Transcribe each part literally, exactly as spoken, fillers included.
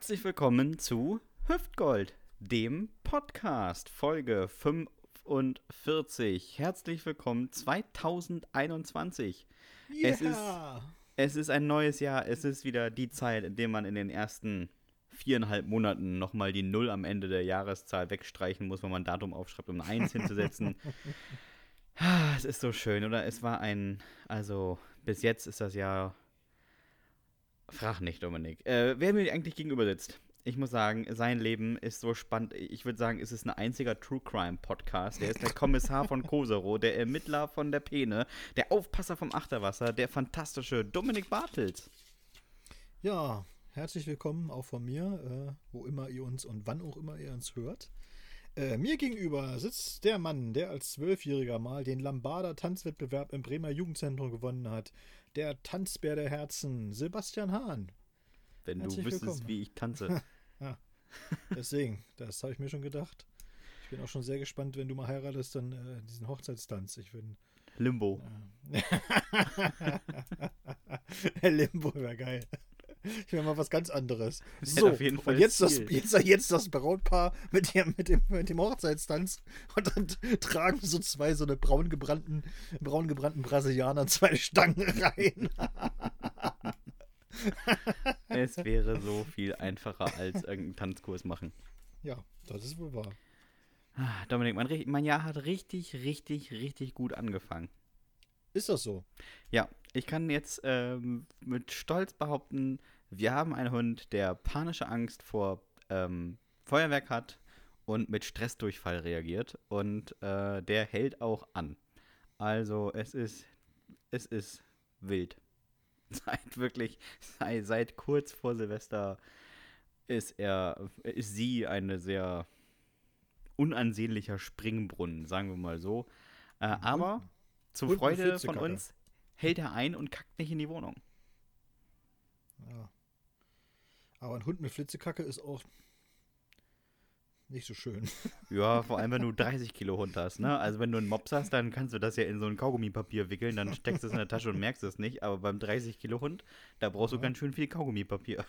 Herzlich willkommen zu Hüftgold, dem Podcast, Folge fünfundvierzig. Herzlich willkommen zweitausendeinundzwanzig. Yeah. Es ist, es ist ein neues Jahr, es ist wieder die Zeit, in der man in den ersten viereinhalb Monaten nochmal die Null am Ende der Jahreszahl wegstreichen muss, wenn man ein Datum aufschreibt, um ein Eins hinzusetzen. Es ist so schön, oder? Es war ein, also bis jetzt ist das Jahr... Frag nicht, Dominik. Äh, wer mir eigentlich gegenüber sitzt, ich muss sagen, sein Leben ist so spannend. Ich würde sagen, es ist ein einziger True Crime Podcast. Der ist der Kommissar von Koserow, der Ermittler von der Peene, der Aufpasser vom Achterwasser, der fantastische Dominik Bartels. Ja, herzlich willkommen auch von mir, äh, wo immer ihr uns und wann auch immer ihr uns hört. Äh, mir gegenüber sitzt der Mann, der als Zwölfjähriger mal den Lambada-Tanzwettbewerb im Bremer Jugendzentrum gewonnen hat. Der Tanzbär der Herzen, Sebastian Hahn. Wenn Herzlich du wüsstest, willkommen. wie ich tanze. Ja, deswegen, das habe ich mir schon gedacht. Ich bin auch schon sehr gespannt, wenn du mal heiratest, dann äh, diesen Hochzeitstanz. Ich bin... Limbo. Äh, Limbo wäre geil. Ich will mal was ganz anderes. Das So, auf jeden Fall und jetzt das, Ziel. jetzt, jetzt das Brautpaar mit dem, mit, dem, mit dem Hochzeitstanz und dann tragen so zwei so eine braun gebrannten, braun gebrannten Brasilianer zwei Stangen rein. Es wäre so viel einfacher als irgendeinen Tanzkurs machen. Ja, das ist wohl wahr. Ah, Dominik, mein, ri- mein Jahr hat richtig, richtig, richtig gut angefangen. Ist das so? Ja, ich kann jetzt ähm, mit Stolz behaupten, wir haben einen Hund, der panische Angst vor ähm, Feuerwerk hat und mit Stressdurchfall reagiert und äh, der hält auch an. Also es ist, es ist wild. Seit wirklich, seit, seit kurz vor Silvester ist er, ist sie eine sehr unansehnlicher Springbrunnen, sagen wir mal so. Äh, aber zur Hund mit Freude von Flitzekacke. uns hält er ein und kackt nicht in die Wohnung. Ja. Aber ein Hund mit Flitzekacke ist auch nicht so schön. Ja, vor allem, wenn du dreißig Kilo Hund hast, ne? Also wenn du einen Mops hast, dann kannst du das ja in so ein Kaugummipapier wickeln, dann steckst du es in der Tasche und merkst es nicht. Aber beim dreißig Kilo Hund, da brauchst du Ja. ganz schön viel Kaugummipapier.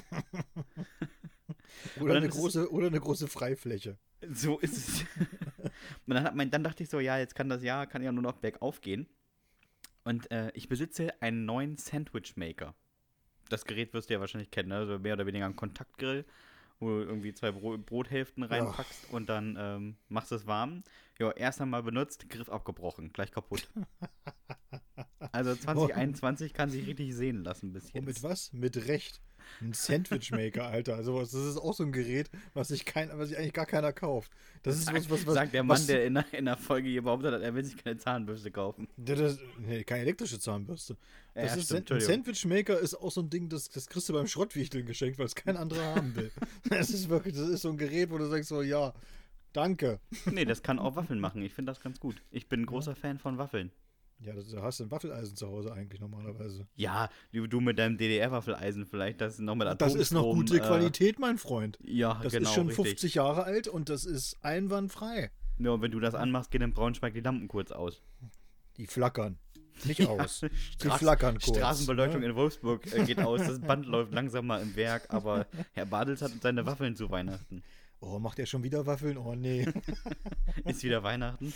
Oder dann eine, ist es- große, oder eine große Freifläche. So ist es. Und dann, hat mein, dann dachte ich so, ja, jetzt kann das Jahr kann ja nur noch bergauf gehen. Und äh, ich besitze einen neuen Sandwich Maker. Das Gerät wirst du ja wahrscheinlich kennen, ne? Also mehr oder weniger ein Kontaktgrill, wo du irgendwie zwei Bro Brothälften reinpackst und dann ähm, machst du es warm. Ja, erst einmal benutzt, Griff abgebrochen, gleich kaputt. Also zwanzig einundzwanzig kann sich richtig sehen lassen bis Und mit jetzt. was? Mit Recht. Ein Sandwichmaker, Alter. Also was, das ist auch so ein Gerät, was sich, kein, was sich eigentlich gar keiner kauft. Das ist was, was, was Sagt der Mann, was, der in der, in der Folge hier behauptet hat, er will sich keine Zahnbürste kaufen. Der, das, nee, keine elektrische Zahnbürste. Ja, Das ja, ist stimmt, ein Entschuldigung. Sandwichmaker ist auch so ein Ding, das, das kriegst du beim Schrottwichteln geschenkt, weil es kein anderer haben will. Das ist wirklich, das ist so ein Gerät, wo du sagst so, ja, danke. Nee, das kann auch Waffeln machen. Ich finde das ganz gut. Ich bin ein großer Fan von Waffeln. Ja, das, da hast du ein Waffeleisen zu Hause eigentlich normalerweise. Ja, du, du mit deinem D D R-Waffeleisen vielleicht, das ist noch mit Das ist noch Atomstrom, gute äh, Qualität, mein Freund. Ja, Das genau, ist schon richtig. fünfzig Jahre alt und das ist einwandfrei. Ja, und wenn du das anmachst, gehen in Braunschweig die Lampen kurz aus. Die flackern. Nicht aus. Die Straß- flackern kurz. Straßenbeleuchtung ne? in Wolfsburg äh, geht aus, das Band läuft langsam mal im Werk, aber Herr Badels hat seine Waffeln zu Weihnachten. Oh, macht er schon wieder Waffeln? Oh, nee. Ist wieder Weihnachten?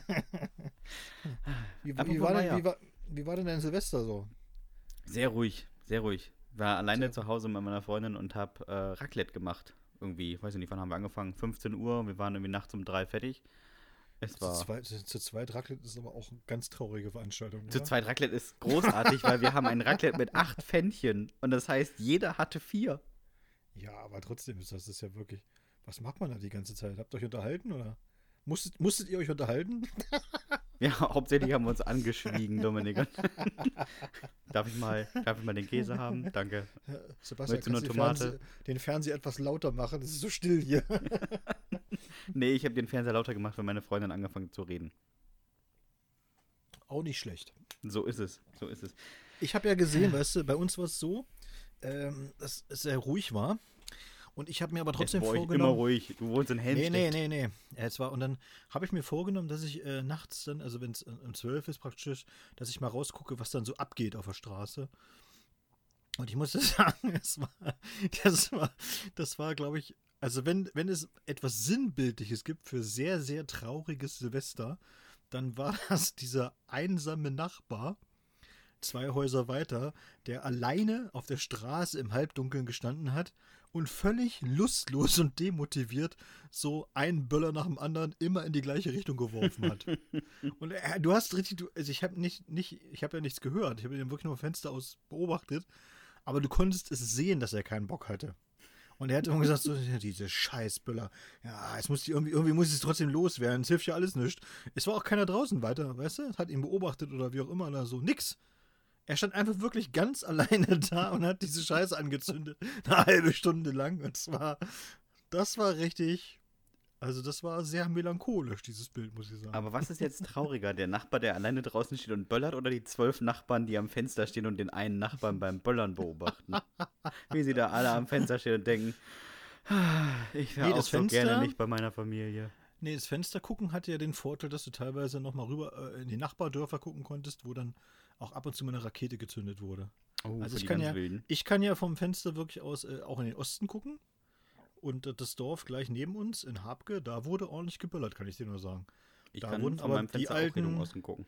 Wie, Apropos wie, war, denn, Meier. wie, war, wie war denn dein Silvester so? Sehr ruhig, sehr ruhig. War alleine Sehr zu Hause mit meiner Freundin und hab äh, Raclette gemacht. Irgendwie, weiß ich nicht, wann haben wir angefangen? fünfzehn Uhr, wir waren irgendwie nachts um drei fertig. Es Zu war... zweit, zu, zu zweit Raclette ist aber auch eine ganz traurige Veranstaltung. Zu oder? zweit Raclette ist großartig, weil wir haben ein Raclette mit acht Pfännchen. Und das heißt, jeder hatte vier. Ja, aber trotzdem ist das ist ja wirklich. Was macht man da die ganze Zeit? Habt ihr euch unterhalten oder? Musstet, musstet ihr euch unterhalten? Ja, hauptsächlich haben wir uns angeschwiegen, Dominik. darf, ich mal, darf ich mal den Käse haben? Danke. Sebastian, Möchtest du nur kannst den Tomate? Fernseher, den Fernseher etwas lauter machen? Es ist so still hier. Nee, ich habe den Fernseher lauter gemacht, weil meine Freundin angefangen zu reden. Auch nicht schlecht. So ist es, so ist es. Ich habe ja gesehen, weißt du, bei uns war es so, ähm, dass es sehr ruhig war. Und ich habe mir aber trotzdem Jetzt war ich vorgenommen. immer ruhig. Du wohnst in Nee, Helmstedt. nee, nee, nee. Ja, es war, und dann habe ich mir vorgenommen, dass ich äh, nachts dann, also wenn es um zwölf ist praktisch, dass ich mal rausgucke, was dann so abgeht auf der Straße. Und ich muss sagen, es war, das war, das war, glaube ich, also wenn, wenn es etwas Sinnbildliches gibt für sehr, sehr trauriges Silvester, dann war das dieser einsame Nachbar, zwei Häuser weiter, der alleine auf der Straße im Halbdunkeln gestanden hat und völlig lustlos und demotiviert so einen Böller nach dem anderen immer in die gleiche Richtung geworfen hat. Und er, du hast richtig, du, also ich habe nicht, nicht, ich habe ja nichts gehört, ich habe ihn wirklich nur vom Fenster aus beobachtet, aber du konntest es sehen, dass er keinen Bock hatte. Und er hat immer gesagt, so, ja, diese Scheißböller, ja, es muss die irgendwie, irgendwie muss es trotzdem loswerden, es hilft ja alles nichts. Es war auch keiner draußen weiter, weißt du, hat ihn beobachtet oder wie auch immer oder so, nix. Er stand einfach wirklich ganz alleine da und hat diese Scheiße angezündet. Eine halbe Stunde lang. Und das war, das war richtig, also das war sehr melancholisch, dieses Bild, muss ich sagen. Aber was ist jetzt trauriger? Der Nachbar, der alleine draußen steht und böllert, oder die zwölf Nachbarn, die am Fenster stehen und den einen Nachbarn beim Böllern beobachten? Wie sie da alle am Fenster stehen und denken, ich wäre Nee, auch das so Fenster- gerne nicht bei meiner Familie. Nee, das Fenster gucken hatte ja den Vorteil, dass du teilweise nochmal rüber äh, in die Nachbardörfer gucken konntest, wo dann auch ab und zu mal eine Rakete gezündet wurde. Oh, Also für ich die kann ganz ja, Wilden. ich kann ja vom Fenster wirklich aus äh, auch in den Osten gucken. Und äh, das Dorf gleich neben uns in Habke, da wurde ordentlich geböllert, kann ich dir nur sagen. Ich da kann wurden von aber meinem die Fenster auch Richtung alten- Osten gucken.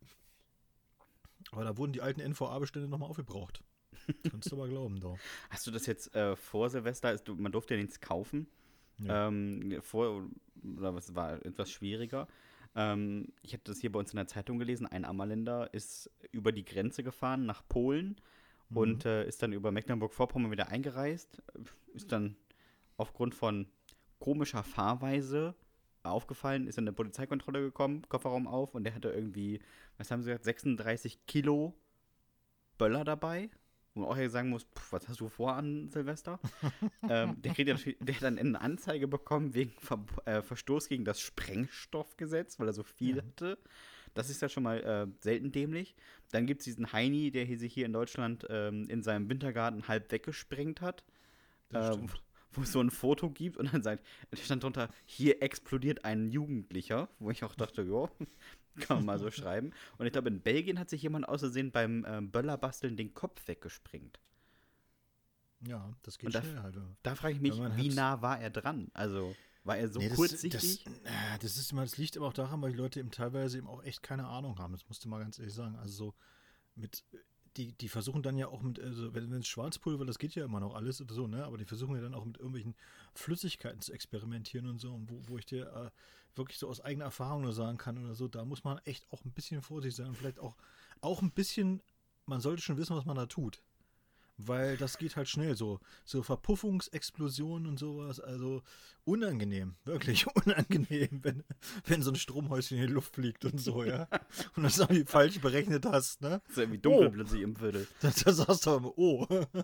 Aber da wurden die alten N V A-Bestände nochmal aufgebraucht. Kannst du aber glauben, doch. Hast du das jetzt äh, vor Silvester, ist, du, man durfte ja nichts kaufen, Ja. ähm, vor, oder was war etwas schwieriger. Ähm, ich habe das hier bei uns in der Zeitung gelesen, ein Ammerländer ist über die Grenze gefahren nach Polen Mhm. und äh, ist dann über Mecklenburg-Vorpommern wieder eingereist, ist dann aufgrund von komischer Fahrweise aufgefallen, ist in eine Polizeikontrolle gekommen, Kofferraum auf und der hatte irgendwie, was haben sie gesagt, sechsunddreißig Kilo Böller dabei. Wo man auch ja sagen muss, pff, was hast du vor an Silvester? ähm, der, kriegt ja, natürlich- der hat dann eine Anzeige bekommen wegen Ver äh, Verstoß gegen das Sprengstoffgesetz, weil er so viel Ja. hatte. Das ist ja schon mal äh, selten dämlich. Dann gibt es diesen Heini, der hier sich hier in Deutschland ähm, in seinem Wintergarten halb weggesprengt hat. Das äh, stimmt. Wo es so ein Foto gibt und dann sagt, da stand drunter, hier explodiert ein Jugendlicher, wo ich auch dachte, jo, kann man mal so schreiben. Und ich glaube, in Belgien hat sich jemand aus Versehen beim ähm, Böllerbasteln den Kopf weggesprengt. Ja, das geht Und da- schnell halt. Ja. Da frage ich mich, Ja, man wie hat's- nah war er dran? Also, war er so Nee, das, kurzsichtig? Das, äh, das ist immer, das liegt aber auch daran, weil die Leute eben teilweise eben auch echt keine Ahnung haben. Das musst du mal ganz ehrlich sagen. Also so mit, die, die versuchen dann ja auch mit, also wenn es Schwarzpulver, das geht ja immer noch alles oder so, ne? Aber die versuchen ja dann auch mit irgendwelchen Flüssigkeiten zu experimentieren und so, und wo, wo ich dir äh, wirklich so aus eigener Erfahrung nur sagen kann oder so, da muss man echt auch ein bisschen vorsichtig sein und vielleicht auch, auch ein bisschen, man sollte schon wissen, was man da tut. Weil das geht halt schnell, so, so Verpuffungsexplosionen und sowas, also unangenehm, wirklich unangenehm, wenn, wenn so ein Stromhäuschen in die Luft fliegt und so, ja. Und das irgendwie falsch berechnet hast, ne? Ist irgendwie dunkel Oh. plötzlich im Viertel. Da, da sagst du aber, oh,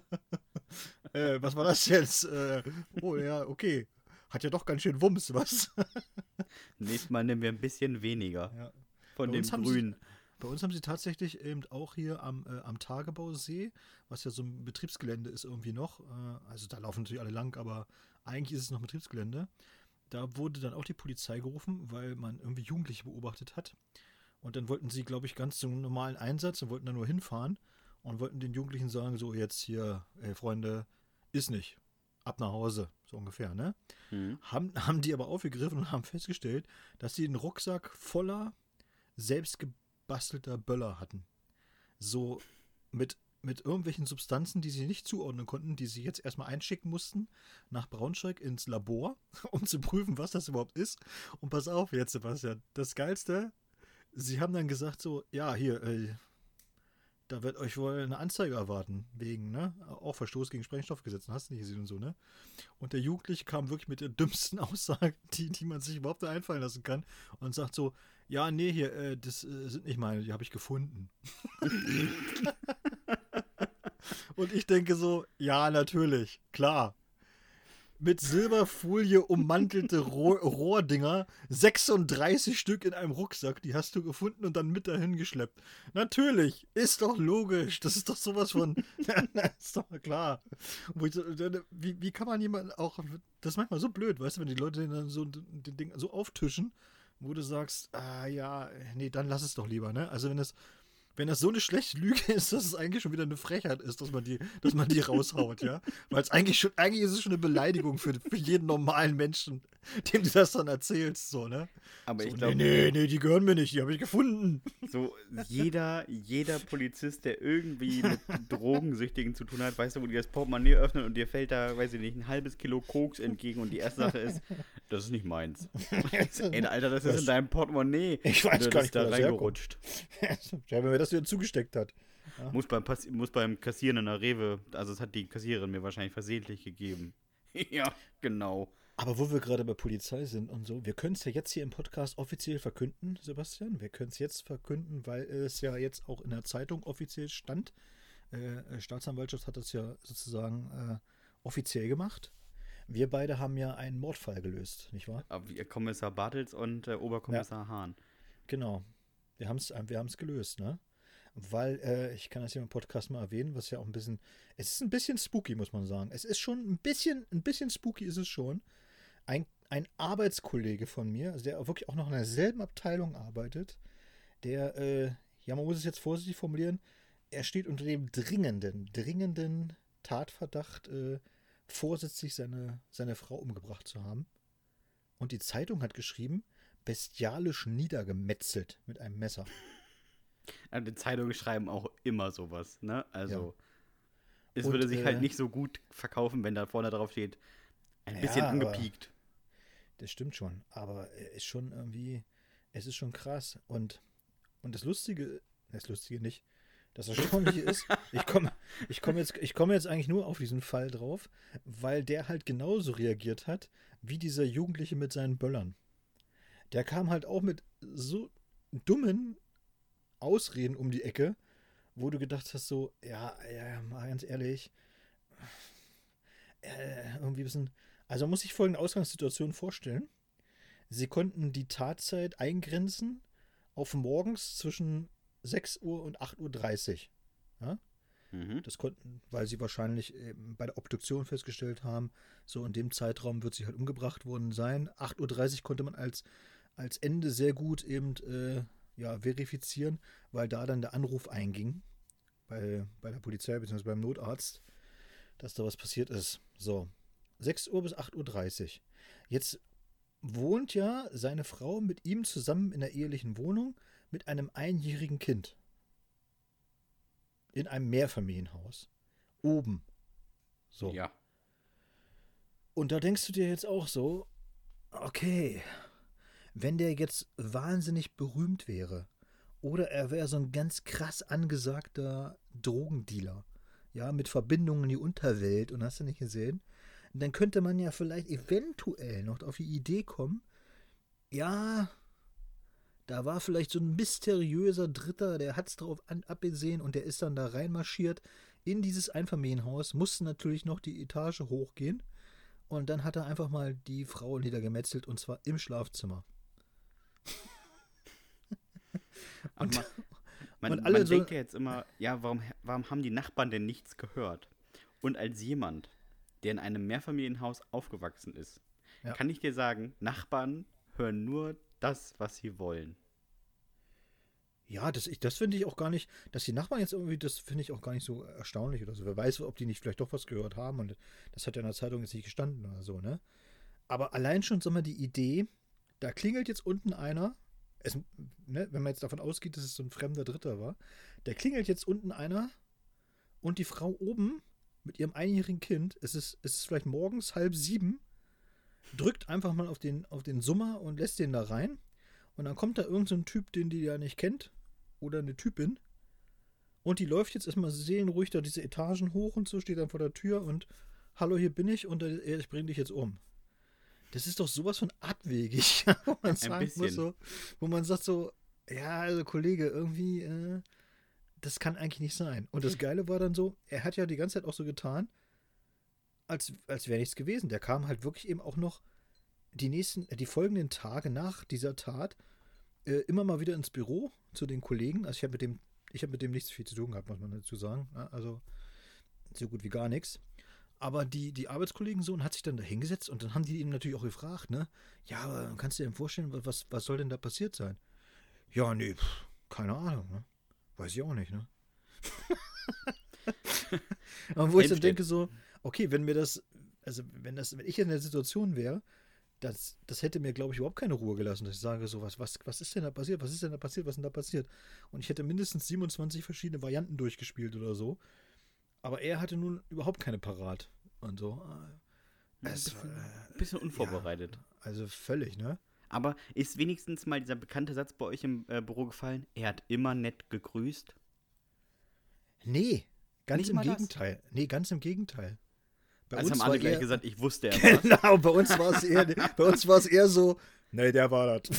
äh, was war das jetzt? Äh, oh ja, okay, hat ja doch ganz schön Wumms, was? Nächstes Mal nehmen wir ein bisschen weniger Ja. von Bei dem uns haben sie- Grün. Bei uns haben sie tatsächlich eben auch hier am, äh, am Tagebausee, was ja so ein Betriebsgelände ist irgendwie noch, äh, also da laufen natürlich alle lang, aber eigentlich ist es noch Betriebsgelände. Da wurde dann auch die Polizei gerufen, weil man irgendwie Jugendliche beobachtet hat. Und dann wollten sie, glaube ich, ganz zum normalen Einsatz und wollten da nur hinfahren und wollten den Jugendlichen sagen, so jetzt hier, ey Freunde, ist nicht. Ab nach Hause, so ungefähr, ne? Mhm. Haben, haben die aber aufgegriffen und haben festgestellt, dass sie einen Rucksack voller selbstgebastelter Böller hatten. So mit, mit irgendwelchen Substanzen, die sie nicht zuordnen konnten, die sie jetzt erstmal einschicken mussten nach Braunschweig ins Labor, um zu prüfen, was das überhaupt ist. Und pass auf jetzt, Sebastian, das Geilste, sie haben dann gesagt so, ja, hier, äh, da wird euch wohl eine Anzeige erwarten, wegen, ne, auch Verstoß gegen Sprengstoffgesetz, hast du nicht gesehen und so, ne? Und der Jugendliche kam wirklich mit der dümmsten Aussage, die, die man sich überhaupt einfallen lassen kann und sagt so, ja, nee, hier, äh, das äh, sind nicht meine, die habe ich gefunden. Und ich denke so, ja, natürlich, klar. Mit Silberfolie ummantelte Rohr Rohrdinger, sechsunddreißig Stück in einem Rucksack, die hast du gefunden und dann mit dahin geschleppt. Natürlich, ist doch logisch, das ist doch sowas von, ist doch klar. Wo ich so, wie, wie kann man jemanden auch, das ist manchmal so blöd, weißt du, wenn die Leute dann so den Ding so auftischen, wo du sagst, ah ja, nee, dann lass es doch lieber, ne? Also wenn das, wenn das so eine schlechte Lüge ist, dass es eigentlich schon wieder eine Frechheit ist, dass man die, dass man die raushaut, ja. Weil es eigentlich schon, eigentlich ist es schon eine Beleidigung für, für jeden normalen Menschen, dem du das dann erzählst, so, ne? Aber so, ich glaube, nee, nee, nee, die gehören mir nicht, die habe ich gefunden. so jeder, jeder Polizist, der irgendwie mit Drogensüchtigen zu tun hat, weißt du, wo die das Portemonnaie öffnen und dir fällt da, weiß ich nicht, ein halbes Kilo Koks entgegen und die erste Sache ist, das ist nicht meins. Ey, Alter, das ist in deinem Portemonnaie. Ich weiß gar nicht, da wo das reingerutscht. Ja, wenn mir das wieder zugesteckt hat. Ja. Muss, beim Pass- muss beim Kassieren in der Rewe, also es hat die Kassiererin mir wahrscheinlich versehentlich gegeben. Ja, genau. Aber wo wir gerade bei Polizei sind und so, wir können es ja jetzt hier im Podcast offiziell verkünden, Sebastian. Wir können es jetzt verkünden, weil es ja jetzt auch in der Zeitung offiziell stand. Äh, Staatsanwaltschaft hat das ja sozusagen äh, offiziell gemacht. Wir beide haben ja einen Mordfall gelöst, nicht wahr? Aber wir- Kommissar Bartels und äh, Oberkommissar Hahn. Genau. Wir haben es wir haben's gelöst, ne? Weil, äh, ich kann das hier im Podcast mal erwähnen, was ja auch ein bisschen, es ist ein bisschen spooky, muss man sagen. Es ist schon ein bisschen, ein bisschen spooky ist es schon. Ein, ein Arbeitskollege von mir, also der wirklich auch noch in derselben Abteilung arbeitet, der, äh, ja, man muss es jetzt vorsichtig formulieren, er steht unter dem dringenden, dringenden Tatverdacht, äh, vorsätzlich seine, seine Frau umgebracht zu haben. Und die Zeitung hat geschrieben, bestialisch niedergemetzelt mit einem Messer. Also die Zeitungen schreiben auch immer sowas, ne? Also, Ja. es Und, würde sich halt äh, nicht so gut verkaufen, wenn da vorne drauf steht, ein Ja, bisschen aber- angepiekt. Das stimmt schon, aber er ist schon irgendwie, es ist schon krass. Und, und das Lustige, das Lustige nicht, das Erstaunliche ist, ich komme ich komm jetzt, ich komm jetzt eigentlich nur auf diesen Fall drauf, weil der halt genauso reagiert hat, wie dieser Jugendliche mit seinen Böllern. Der kam halt auch mit so dummen Ausreden um die Ecke, wo du gedacht hast, so, ja, ja, mal ganz ehrlich, äh, irgendwie ein bisschen. Also man muss sich folgende Ausgangssituation vorstellen. Sie konnten die Tatzeit eingrenzen auf morgens zwischen sechs Uhr und acht Uhr dreißig. Ja? Mhm. Das konnten, weil sie wahrscheinlich eben bei der Obduktion festgestellt haben, so in dem Zeitraum wird sie halt umgebracht worden sein. acht Uhr dreißig konnte man als, als Ende sehr gut eben äh, ja, verifizieren, weil da dann der Anruf einging bei, bei der Polizei bzw. beim Notarzt, dass da was passiert ist. So, sechs Uhr bis acht Uhr dreißig. Jetzt wohnt ja seine Frau mit ihm zusammen in der ehelichen Wohnung mit einem einjährigen Kind. In einem Mehrfamilienhaus. Oben. So. Ja. Und da denkst du dir jetzt auch so, okay, wenn der jetzt wahnsinnig berühmt wäre oder er wäre so ein ganz krass angesagter Drogendealer, ja, mit Verbindungen in die Unterwelt und hast du nicht gesehen, dann könnte man ja vielleicht eventuell noch auf die Idee kommen, ja, da war vielleicht so ein mysteriöser Dritter, der hat's drauf an, abgesehen und der ist dann da reinmarschiert in dieses Einfamilienhaus, musste natürlich noch die Etage hochgehen und dann hat er einfach mal die Frau niedergemetzelt und zwar im Schlafzimmer. Und man, man, und alle man so- denkt ja jetzt immer, ja, warum, warum haben die Nachbarn denn nichts gehört? Und als jemand, der in einem Mehrfamilienhaus aufgewachsen ist, Ja. kann ich dir sagen, Nachbarn hören nur das, was sie wollen. Ja, das, ich- das finde ich auch gar nicht, dass die Nachbarn jetzt irgendwie, das finde ich auch gar nicht so erstaunlich oder so. Wer weiß, ob die nicht vielleicht doch was gehört haben und das hat ja in der Zeitung jetzt nicht gestanden oder so, ne? Aber allein schon, sag mal, die Idee, da klingelt jetzt unten einer, es, ne, wenn man jetzt davon ausgeht, dass es so ein fremder Dritter war, da klingelt jetzt unten einer und die Frau oben mit ihrem einjährigen Kind, es ist, es ist vielleicht morgens halb sieben, drückt einfach mal auf den, auf den Summer und lässt den da rein. Und dann kommt da irgend so ein Typ, den die ja nicht kennt, oder eine Typin. Und die läuft jetzt erstmal seelenruhig da diese Etagen hoch und so, steht dann vor der Tür und hallo, hier bin ich und äh, ich bringe dich jetzt um. Das ist doch sowas von abwegig, wo man sagen bisschen. muss, so, wo man sagt so, ja, also Kollege, irgendwie, äh, das kann eigentlich nicht sein. Und das Geile war dann so, er hat ja die ganze Zeit auch so getan, als, als wäre nichts gewesen. Der kam halt wirklich eben auch noch die nächsten, die folgenden Tage nach dieser Tat äh, immer mal wieder ins Büro zu den Kollegen. Also ich habe mit dem, ich habe mit dem nichts viel zu tun gehabt, muss man dazu sagen. Ja, also so gut wie gar nichts. Aber die, die Arbeitskollegen so und hat sich dann da hingesetzt und dann haben die ihn natürlich auch gefragt, ne? Ja, aber kannst du dir denn vorstellen, was, was soll denn da passiert sein? Ja, nee, pff, keine Ahnung, ne? Weiß ich auch nicht, ne? Aber wo ich dann denke so, okay, wenn mir das, also wenn das, wenn ich in der Situation wäre, das, das hätte mir, glaube ich, überhaupt keine Ruhe gelassen, dass ich sage so, was, was, was ist denn da passiert, was ist denn da passiert, was ist denn da passiert? Und ich hätte mindestens siebenundzwanzig verschiedene Varianten durchgespielt oder so. Aber er hatte nun überhaupt keine parat. Und so. Ein bisschen, äh, bisschen unvorbereitet. Ja, also völlig, ne? Aber ist wenigstens mal dieser bekannte Satz bei euch im äh, Büro gefallen? Er hat immer nett gegrüßt? Nee, ganz Nicht im mal das? Gegenteil. Nee, ganz im Gegenteil. Bei Also uns haben alle war gleich eher, gesagt, ich wusste er was. genau, bei uns war es eher, bei uns war es eher so, nee, der war das.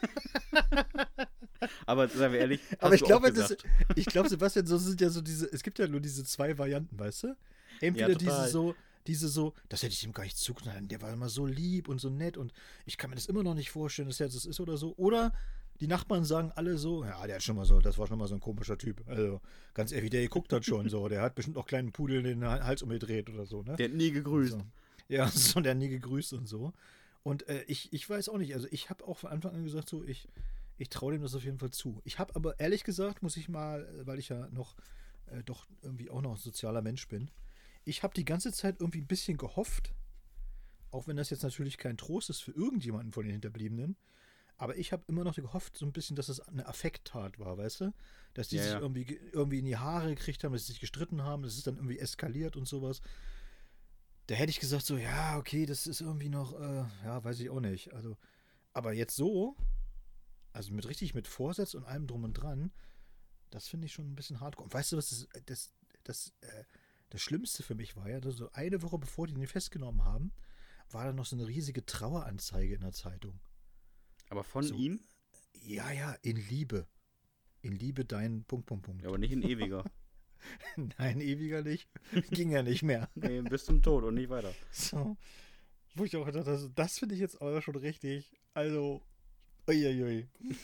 Aber seien wir ehrlich, hast Aber ich du glaube, auch das, gesagt. ich glaube, Sebastian, so sind ja so diese, es gibt ja nur diese zwei Varianten, weißt du? Entweder Ja, diese total. so, diese so, das hätte ich ihm gar nicht zugetraut, der war immer so lieb und so nett und ich kann mir das immer noch nicht vorstellen, dass er das ist oder so. Oder die Nachbarn sagen alle so, ja, der ist schon mal so, das war schon mal so ein komischer Typ. Also, ganz ehrlich, der geguckt hat schon so, der hat bestimmt noch kleinen Pudel den Hals umgedreht oder so, ne? Der hat nie gegrüßt. So. Ja, so, der hat nie gegrüßt und so. Und äh, ich, ich weiß auch nicht, also ich habe auch von Anfang an gesagt, so, ich, ich traue dem das auf jeden Fall zu. Ich habe aber ehrlich gesagt, muss ich mal, weil ich ja noch, äh, doch irgendwie auch noch ein sozialer Mensch bin, ich habe die ganze Zeit irgendwie ein bisschen gehofft, auch wenn das jetzt natürlich kein Trost ist für irgendjemanden von den Hinterbliebenen, aber ich habe immer noch gehofft, so ein bisschen, dass es eine Affekttat war, weißt du? Dass die Ja, sich ja. irgendwie, ge- irgendwie in die Haare gekriegt haben, dass sie sich gestritten haben, das ist dann irgendwie eskaliert und sowas. Da hätte ich gesagt, so, ja, okay, das ist irgendwie noch, äh, ja, weiß ich auch nicht. Also, aber jetzt so, also mit richtig mit Vorsatz und allem drum und dran, das finde ich schon ein bisschen hardcore. Und weißt du, was das, das, das, äh, das Schlimmste für mich war ja, dass so eine Woche bevor die den festgenommen haben, war da noch so eine riesige Traueranzeige in der Zeitung. Aber von So. ihm? Ja, ja, in Liebe. In Liebe dein Punkt, Punkt, Punkt. Ja, aber nicht in ewiger. Nein, ewiger nicht. Ging ja nicht mehr. Nee, bis zum Tod und nicht weiter. So. Wo ich auch gedacht habe, also das finde ich jetzt aber schon richtig. Also, uiuiui.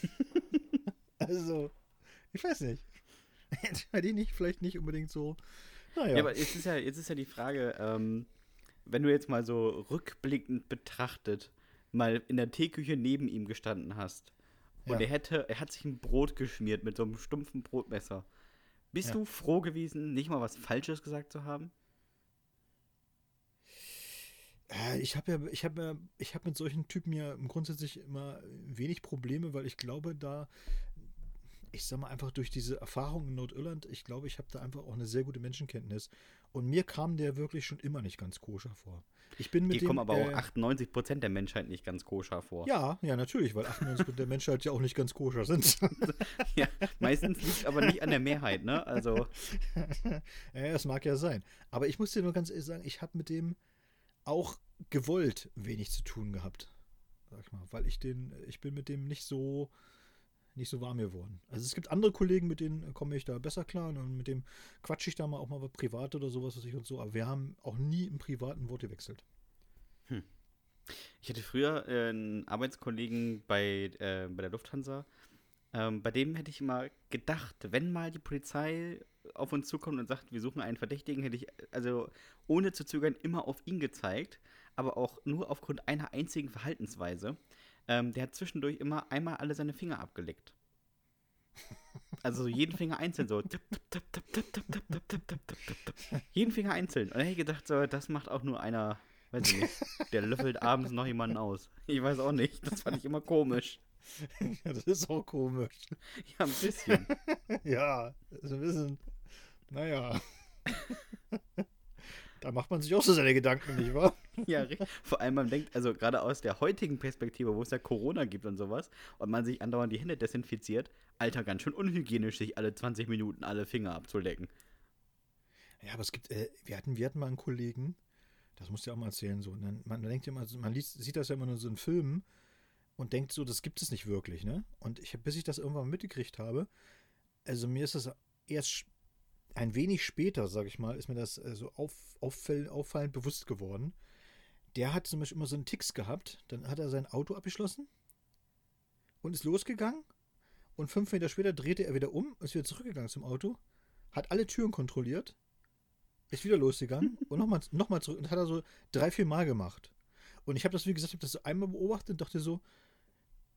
Also, ich weiß nicht. Hätte ich nicht, vielleicht nicht unbedingt so. Naja. Ja, aber jetzt ist ja, jetzt ist ja die Frage, ähm, wenn du jetzt mal so rückblickend betrachtet, mal in der Teeküche neben ihm gestanden hast und Ja. er hätte, er hat sich ein Brot geschmiert mit so einem stumpfen Brotmesser. Bist Ja. du froh gewesen, nicht mal was Falsches gesagt zu haben? Äh, Ich habe ja, ich habe ja, ich habe mit solchen Typen ja grundsätzlich immer wenig Probleme, weil ich glaube, da, ich sag mal einfach durch diese Erfahrung in Nordirland, ich glaube, ich habe da einfach auch eine sehr gute Menschenkenntnis. Und mir kam der wirklich schon immer nicht ganz koscher vor. Ich bin mit Hier dem, kommen aber äh, auch achtundneunzig Prozent der Menschheit nicht ganz koscher vor. Ja, ja, natürlich, weil achtundneunzig Prozent der Menschheit ja auch nicht ganz koscher sind. Ja, meistens liegt aber nicht an der Mehrheit, ne? Also, Ja, das mag ja sein. Aber ich muss dir nur ganz ehrlich sagen, ich habe mit dem auch gewollt wenig zu tun gehabt. Sag ich mal, weil ich den, ich bin mit dem nicht so, nicht so warm geworden. Also es gibt andere Kollegen, mit denen komme ich da besser klar und mit dem quatsche ich da mal auch mal was privat oder sowas, was ich und so. Aber wir haben auch nie im privaten Wort gewechselt. ich hatte früher äh, einen Arbeitskollegen bei, äh, bei der Lufthansa. Ähm, bei dem hätte ich immer gedacht, wenn mal die Polizei auf uns zukommt und sagt, wir suchen einen Verdächtigen, hätte ich also ohne zu zögern immer auf ihn gezeigt, aber auch nur aufgrund einer einzigen Verhaltensweise. Ähm, der hat zwischendurch immer einmal alle seine Finger abgeleckt. Also so jeden Finger einzeln so. Tipp, tipp, tipp, tipp, tipp, tipp, tipp, tipp, tipp, tipp, tipp, tipp, tipp. Jeden Finger einzeln. Und dann hätte ich gedacht, so, das macht auch nur einer, weiß ich nicht, der löffelt abends noch jemanden aus. Ich weiß auch nicht, das fand ich immer komisch. Ja, das ist auch komisch. Ja, ein bisschen. Ja, das ist ein bisschen, naja. Da macht man sich auch so seine Gedanken, nicht wahr? Ja, richtig. Vor allem man denkt, also gerade aus der heutigen Perspektive, wo es ja Corona gibt und sowas, und man sich andauernd die Hände desinfiziert, Alter, ganz schön unhygienisch, sich alle zwanzig Minuten alle Finger abzulecken. Ja, aber es gibt, äh, wir hatten, wir hatten mal einen Kollegen, das musst du ja auch mal erzählen, so. Und dann, man denkt ja immer, so- man liest, sieht das ja immer nur so in Filmen und denkt so, das gibt es nicht wirklich, ne? Und ich, bis ich das irgendwann mitgekriegt habe, also mir ist das erst sch- ein wenig später, sag ich mal, ist mir das äh, so auf, auffall, auffallend bewusst geworden. Der hat zum Beispiel immer so einen Ticks gehabt, dann hat er sein Auto abgeschlossen und ist losgegangen und fünf Meter später drehte er wieder um, ist wieder zurückgegangen zum Auto, hat alle Türen kontrolliert, ist wieder losgegangen und nochmal noch mal zurück und das hat er so drei, vier Mal gemacht. Und ich habe das, wie gesagt, ich habe das so einmal beobachtet und dachte so,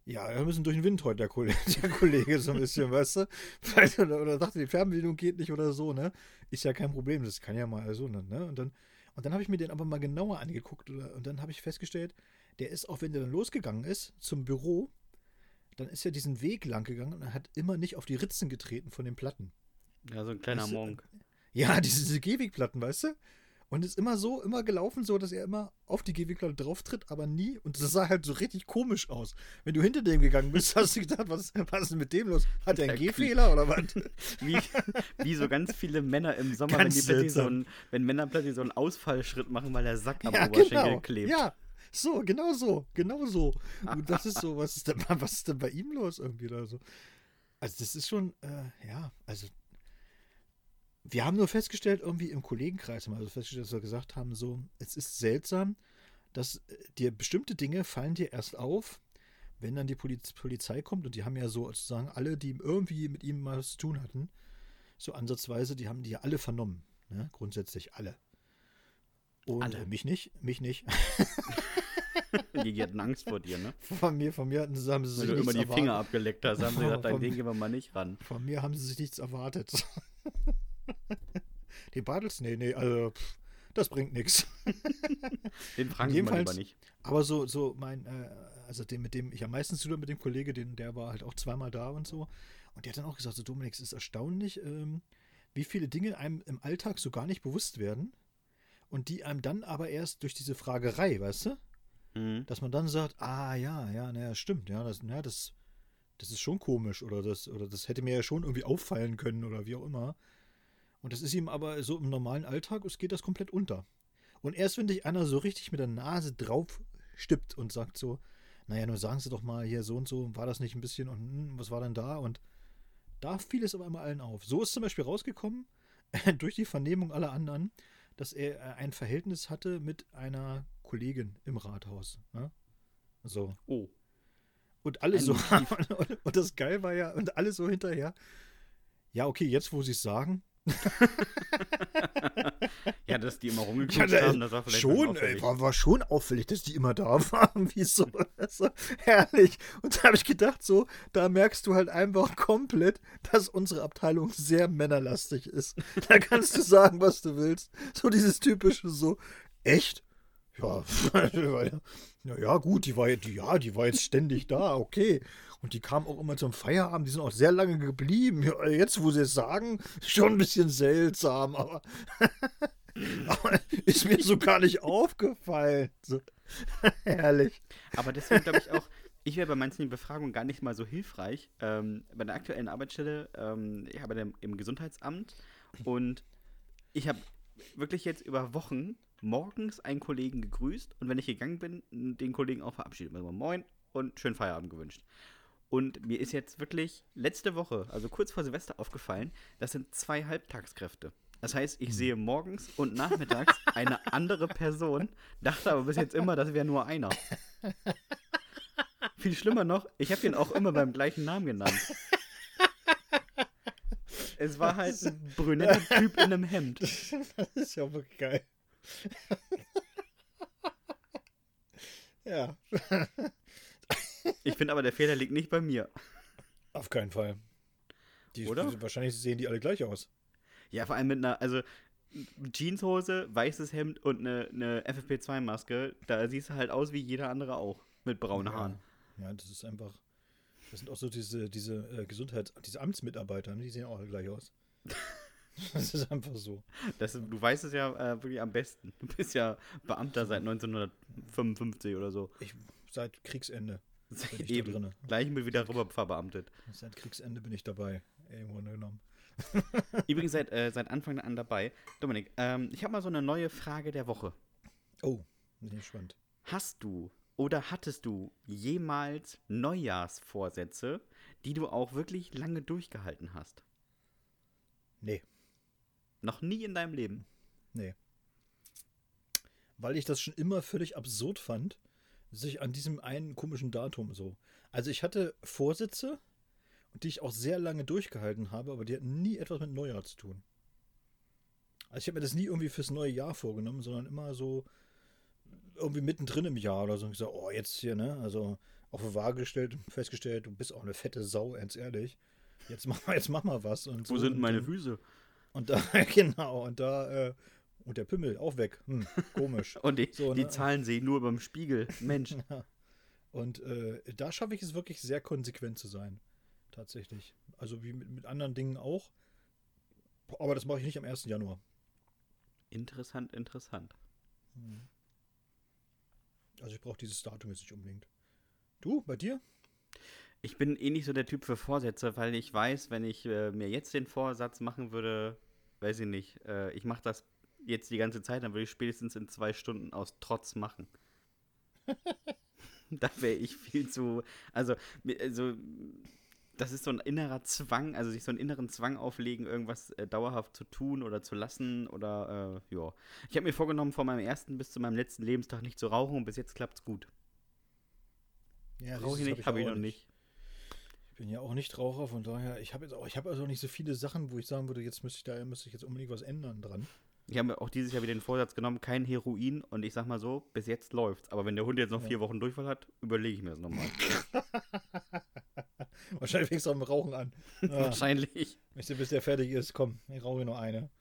Ja, wir müssen durch den Wind heute, der Kollege, der Kollege so ein bisschen, weißt du? Vielleicht, oder, oder dachte, die Fernbedienung geht nicht oder so, ne? Ist ja kein Problem, das kann ja mal so, ne? Und dann, und dann habe ich mir den aber mal genauer angeguckt oder, und dann habe ich festgestellt, der ist, auch wenn der dann losgegangen ist zum Büro, dann ist er diesen Weg lang gegangen und er hat immer nicht auf die Ritzen getreten von den Platten. Ja, so ein kleiner Weißt du? Monk. Ja, diese, diese Gehwegplatten, weißt du? Und ist immer so, immer gelaufen, so, dass er immer auf die Gehwegplatte drauf tritt, aber nie. Und das sah halt so richtig komisch aus. Wenn du hinter dem gegangen bist, hast du gedacht, was, was ist denn mit dem los? Hat er einen Der Gehfehler oder was? Wie, wie so ganz viele Männer im Sommer, Ganz wenn die plötzlich so seltsam. einen, wenn Männer plötzlich so einen Ausfallschritt machen, weil der Sack am Ja, Oberschenkel genau. klebt. Ja, so, genau so, genau so. Und das ist so, was ist denn, was ist denn bei ihm los irgendwie oder so? Also das ist schon, äh, ja, also wir haben nur festgestellt, irgendwie im Kollegenkreis haben wir also festgestellt, dass wir gesagt haben, so, es ist seltsam, dass äh, dir bestimmte Dinge fallen dir erst auf, wenn dann die Poliz Polizei kommt und die haben ja so sozusagen alle, die irgendwie mit ihm mal was zu tun hatten, so ansatzweise, die haben die ja alle vernommen, ne? Grundsätzlich alle. Und Alle. äh, mich nicht, mich nicht. Die hatten Angst vor dir, ne? Von mir, von mir hatten sie, haben sie Weil sich du immer nichts die Finger erwartet. abgeleckt hast, haben sie gesagt, Von- dein Ding gehen wir mal nicht ran. Von mir haben sie sich nichts erwartet. Die Bartels? Nee, nee, also pff, das bringt nichts. Den fragen sie mal Jedenfalls- lieber nicht. Aber so, so mein, äh, also dem, mit dem ich am meisten zu tun mit dem Kollege, den, der war halt auch zweimal da und so. Und der hat dann auch gesagt, so Dominik, es ist erstaunlich, ähm, wie viele Dinge einem im Alltag so gar nicht bewusst werden und die einem dann aber erst durch diese Fragerei, weißt du? Mhm. Dass man dann sagt, ah ja, ja, naja, stimmt, ja, das, ja, das, das ist schon komisch oder das, oder das hätte mir ja schon irgendwie auffallen können oder wie auch immer. Und das ist ihm aber so im normalen Alltag, es geht das komplett unter. Und erst wenn dich einer so richtig mit der Nase drauf stippt und sagt so, naja, nur sagen Sie doch mal hier so und so, war das nicht ein bisschen und hm, was war denn da? Und da fiel es auf einmal allen auf. So ist zum Beispiel rausgekommen, durch die Vernehmung aller anderen, dass er äh, ein Verhältnis hatte mit einer Kollegin im Rathaus. Ne? So. Oh. Und alle Ein so, Motiv. und, und das geil war ja, und alle so hinterher, ja, okay, jetzt wo sie es sagen, Ja, dass die immer ja, rumgeguckt da- haben, das war vielleicht schon, auffällig. ey, war, war schon auffällig, dass die immer da waren, wie so, so herrlich. Und da habe ich gedacht, so, da merkst du halt einfach komplett, dass unsere Abteilung sehr männerlastig ist. Da kannst du sagen, was du willst. So dieses typische, so, echt? Ja, ja, ja, gut, die war, ja- die, ja, die war jetzt ständig da, okay. Und die kam auch immer zum Feierabend, die sind auch sehr lange geblieben. Ja, jetzt, wo sie es sagen, schon ein bisschen seltsam, aber, aber ist mir so gar nicht aufgefallen. So, herrlich. Aber deswegen glaube ich auch, ich wäre bei manchen Befragungen gar nicht mal so hilfreich. Ähm, bei der aktuellen Arbeitsstelle, ähm, ich arbeite im, im Gesundheitsamt und ich habe wirklich jetzt über Wochen morgens einen Kollegen gegrüßt und wenn ich gegangen bin, den Kollegen auch verabschiedet. Also Moin und schönen Feierabend gewünscht. Und mir ist jetzt wirklich letzte Woche, also kurz vor Silvester, aufgefallen, das sind zwei Halbtagskräfte. Das heißt, ich sehe morgens und nachmittags eine andere Person, dachte aber bis jetzt immer, das wäre nur einer. Viel schlimmer noch, ich habe ihn auch immer beim gleichen Namen genannt. Es war halt ein brünetter Typ in einem Hemd. Das ist ja wirklich geil. Ja, Ich finde aber, der Fehler liegt nicht bei mir. auf keinen Fall. Die, Oder? Die, wahrscheinlich sehen die alle gleich aus. Ja, vor allem mit einer, also Jeanshose, weißes Hemd und eine, eine F F P zwei Maske, da siehst du halt aus wie jeder andere auch, mit braunen Haaren. Ja, ja, das ist einfach. Das sind auch so diese, diese äh, Gesundheits-, diese Amtsmitarbeiter, ne? Die sehen auch alle gleich aus. Das ist einfach so. Das, du weißt es ja äh, wirklich am besten. Du bist ja Beamter seit neunzehnhundertfünfundfünfzig oder so. Ich, seit Kriegsende bin ich Eben. da drin. Gleich mit wieder rüber verbeamtet. Seit Kriegsende bin ich dabei. Im Grunde genommen. Übrigens seit, äh, seit Anfang an dabei. Dominik, ähm, ich habe mal so eine neue Frage der Woche. Oh, bin ich gespannt. Hast du oder hattest du jemals Neujahrsvorsätze, die du auch wirklich lange durchgehalten hast? Nee, Noch nie in deinem Leben? nee. Weil ich das schon immer völlig absurd fand, sich an diesem einen komischen Datum so. Also ich hatte Vorsätze, die ich auch sehr lange durchgehalten habe, aber die hatten nie etwas mit Neujahr zu tun. Also ich habe mir das nie irgendwie fürs neue Jahr vorgenommen, sondern immer so irgendwie mittendrin im Jahr oder so. Und gesagt, oh, jetzt hier, ne? Also auf die Waage gestellt und festgestellt, du bist auch eine fette Sau, ganz ehrlich. Jetzt mach mal, jetzt mach mal was. Und Wo so. sind Und meine dann, Füße? Und da, genau, und da, äh, und der Pimmel, auch weg. Hm, komisch. Und die, So, die ne? Zahlen sehen nur beim Spiegel. Mensch. Ja. Und äh, da schaffe ich es wirklich sehr konsequent zu sein. Tatsächlich. Also wie mit, mit anderen Dingen auch. Aber das mache ich nicht am ersten Januar. Interessant, interessant. Also ich brauche dieses Datum jetzt nicht unbedingt. Du, bei dir? Ich bin eh nicht so der Typ für Vorsätze, weil ich weiß, wenn ich äh, mir jetzt den Vorsatz machen würde, weiß ich nicht, äh, ich mache das jetzt die ganze Zeit, dann würde ich spätestens in zwei Stunden aus Trotz machen. Da wäre ich viel zu, also, also, das ist so ein innerer Zwang, also sich so einen inneren Zwang auflegen, irgendwas äh, dauerhaft zu tun oder zu lassen oder, äh, ja. Ich habe mir vorgenommen, von meinem ersten bis zu meinem letzten Lebenstag nicht zu rauchen und bis jetzt klappt's gut. Ja, Rauche ich nicht, habe ich noch nicht. Ich bin ja auch nicht Raucher, von daher, ich habe jetzt auch, ich habe also nicht so viele Sachen, wo ich sagen würde, jetzt müsste ich da müsste ich jetzt unbedingt was ändern dran. Ich habe mir auch dieses Jahr wieder den Vorsatz genommen, kein Heroin und ich sag mal so, bis jetzt läuft's. Aber wenn der Hund jetzt noch Ja. vier Wochen Durchfall hat, überlege ich mir das nochmal. Wahrscheinlich fängst du auch mit Rauchen an. Ja. Wahrscheinlich. Ich sehe, bis der fertig ist, komm, ich rauche noch eine.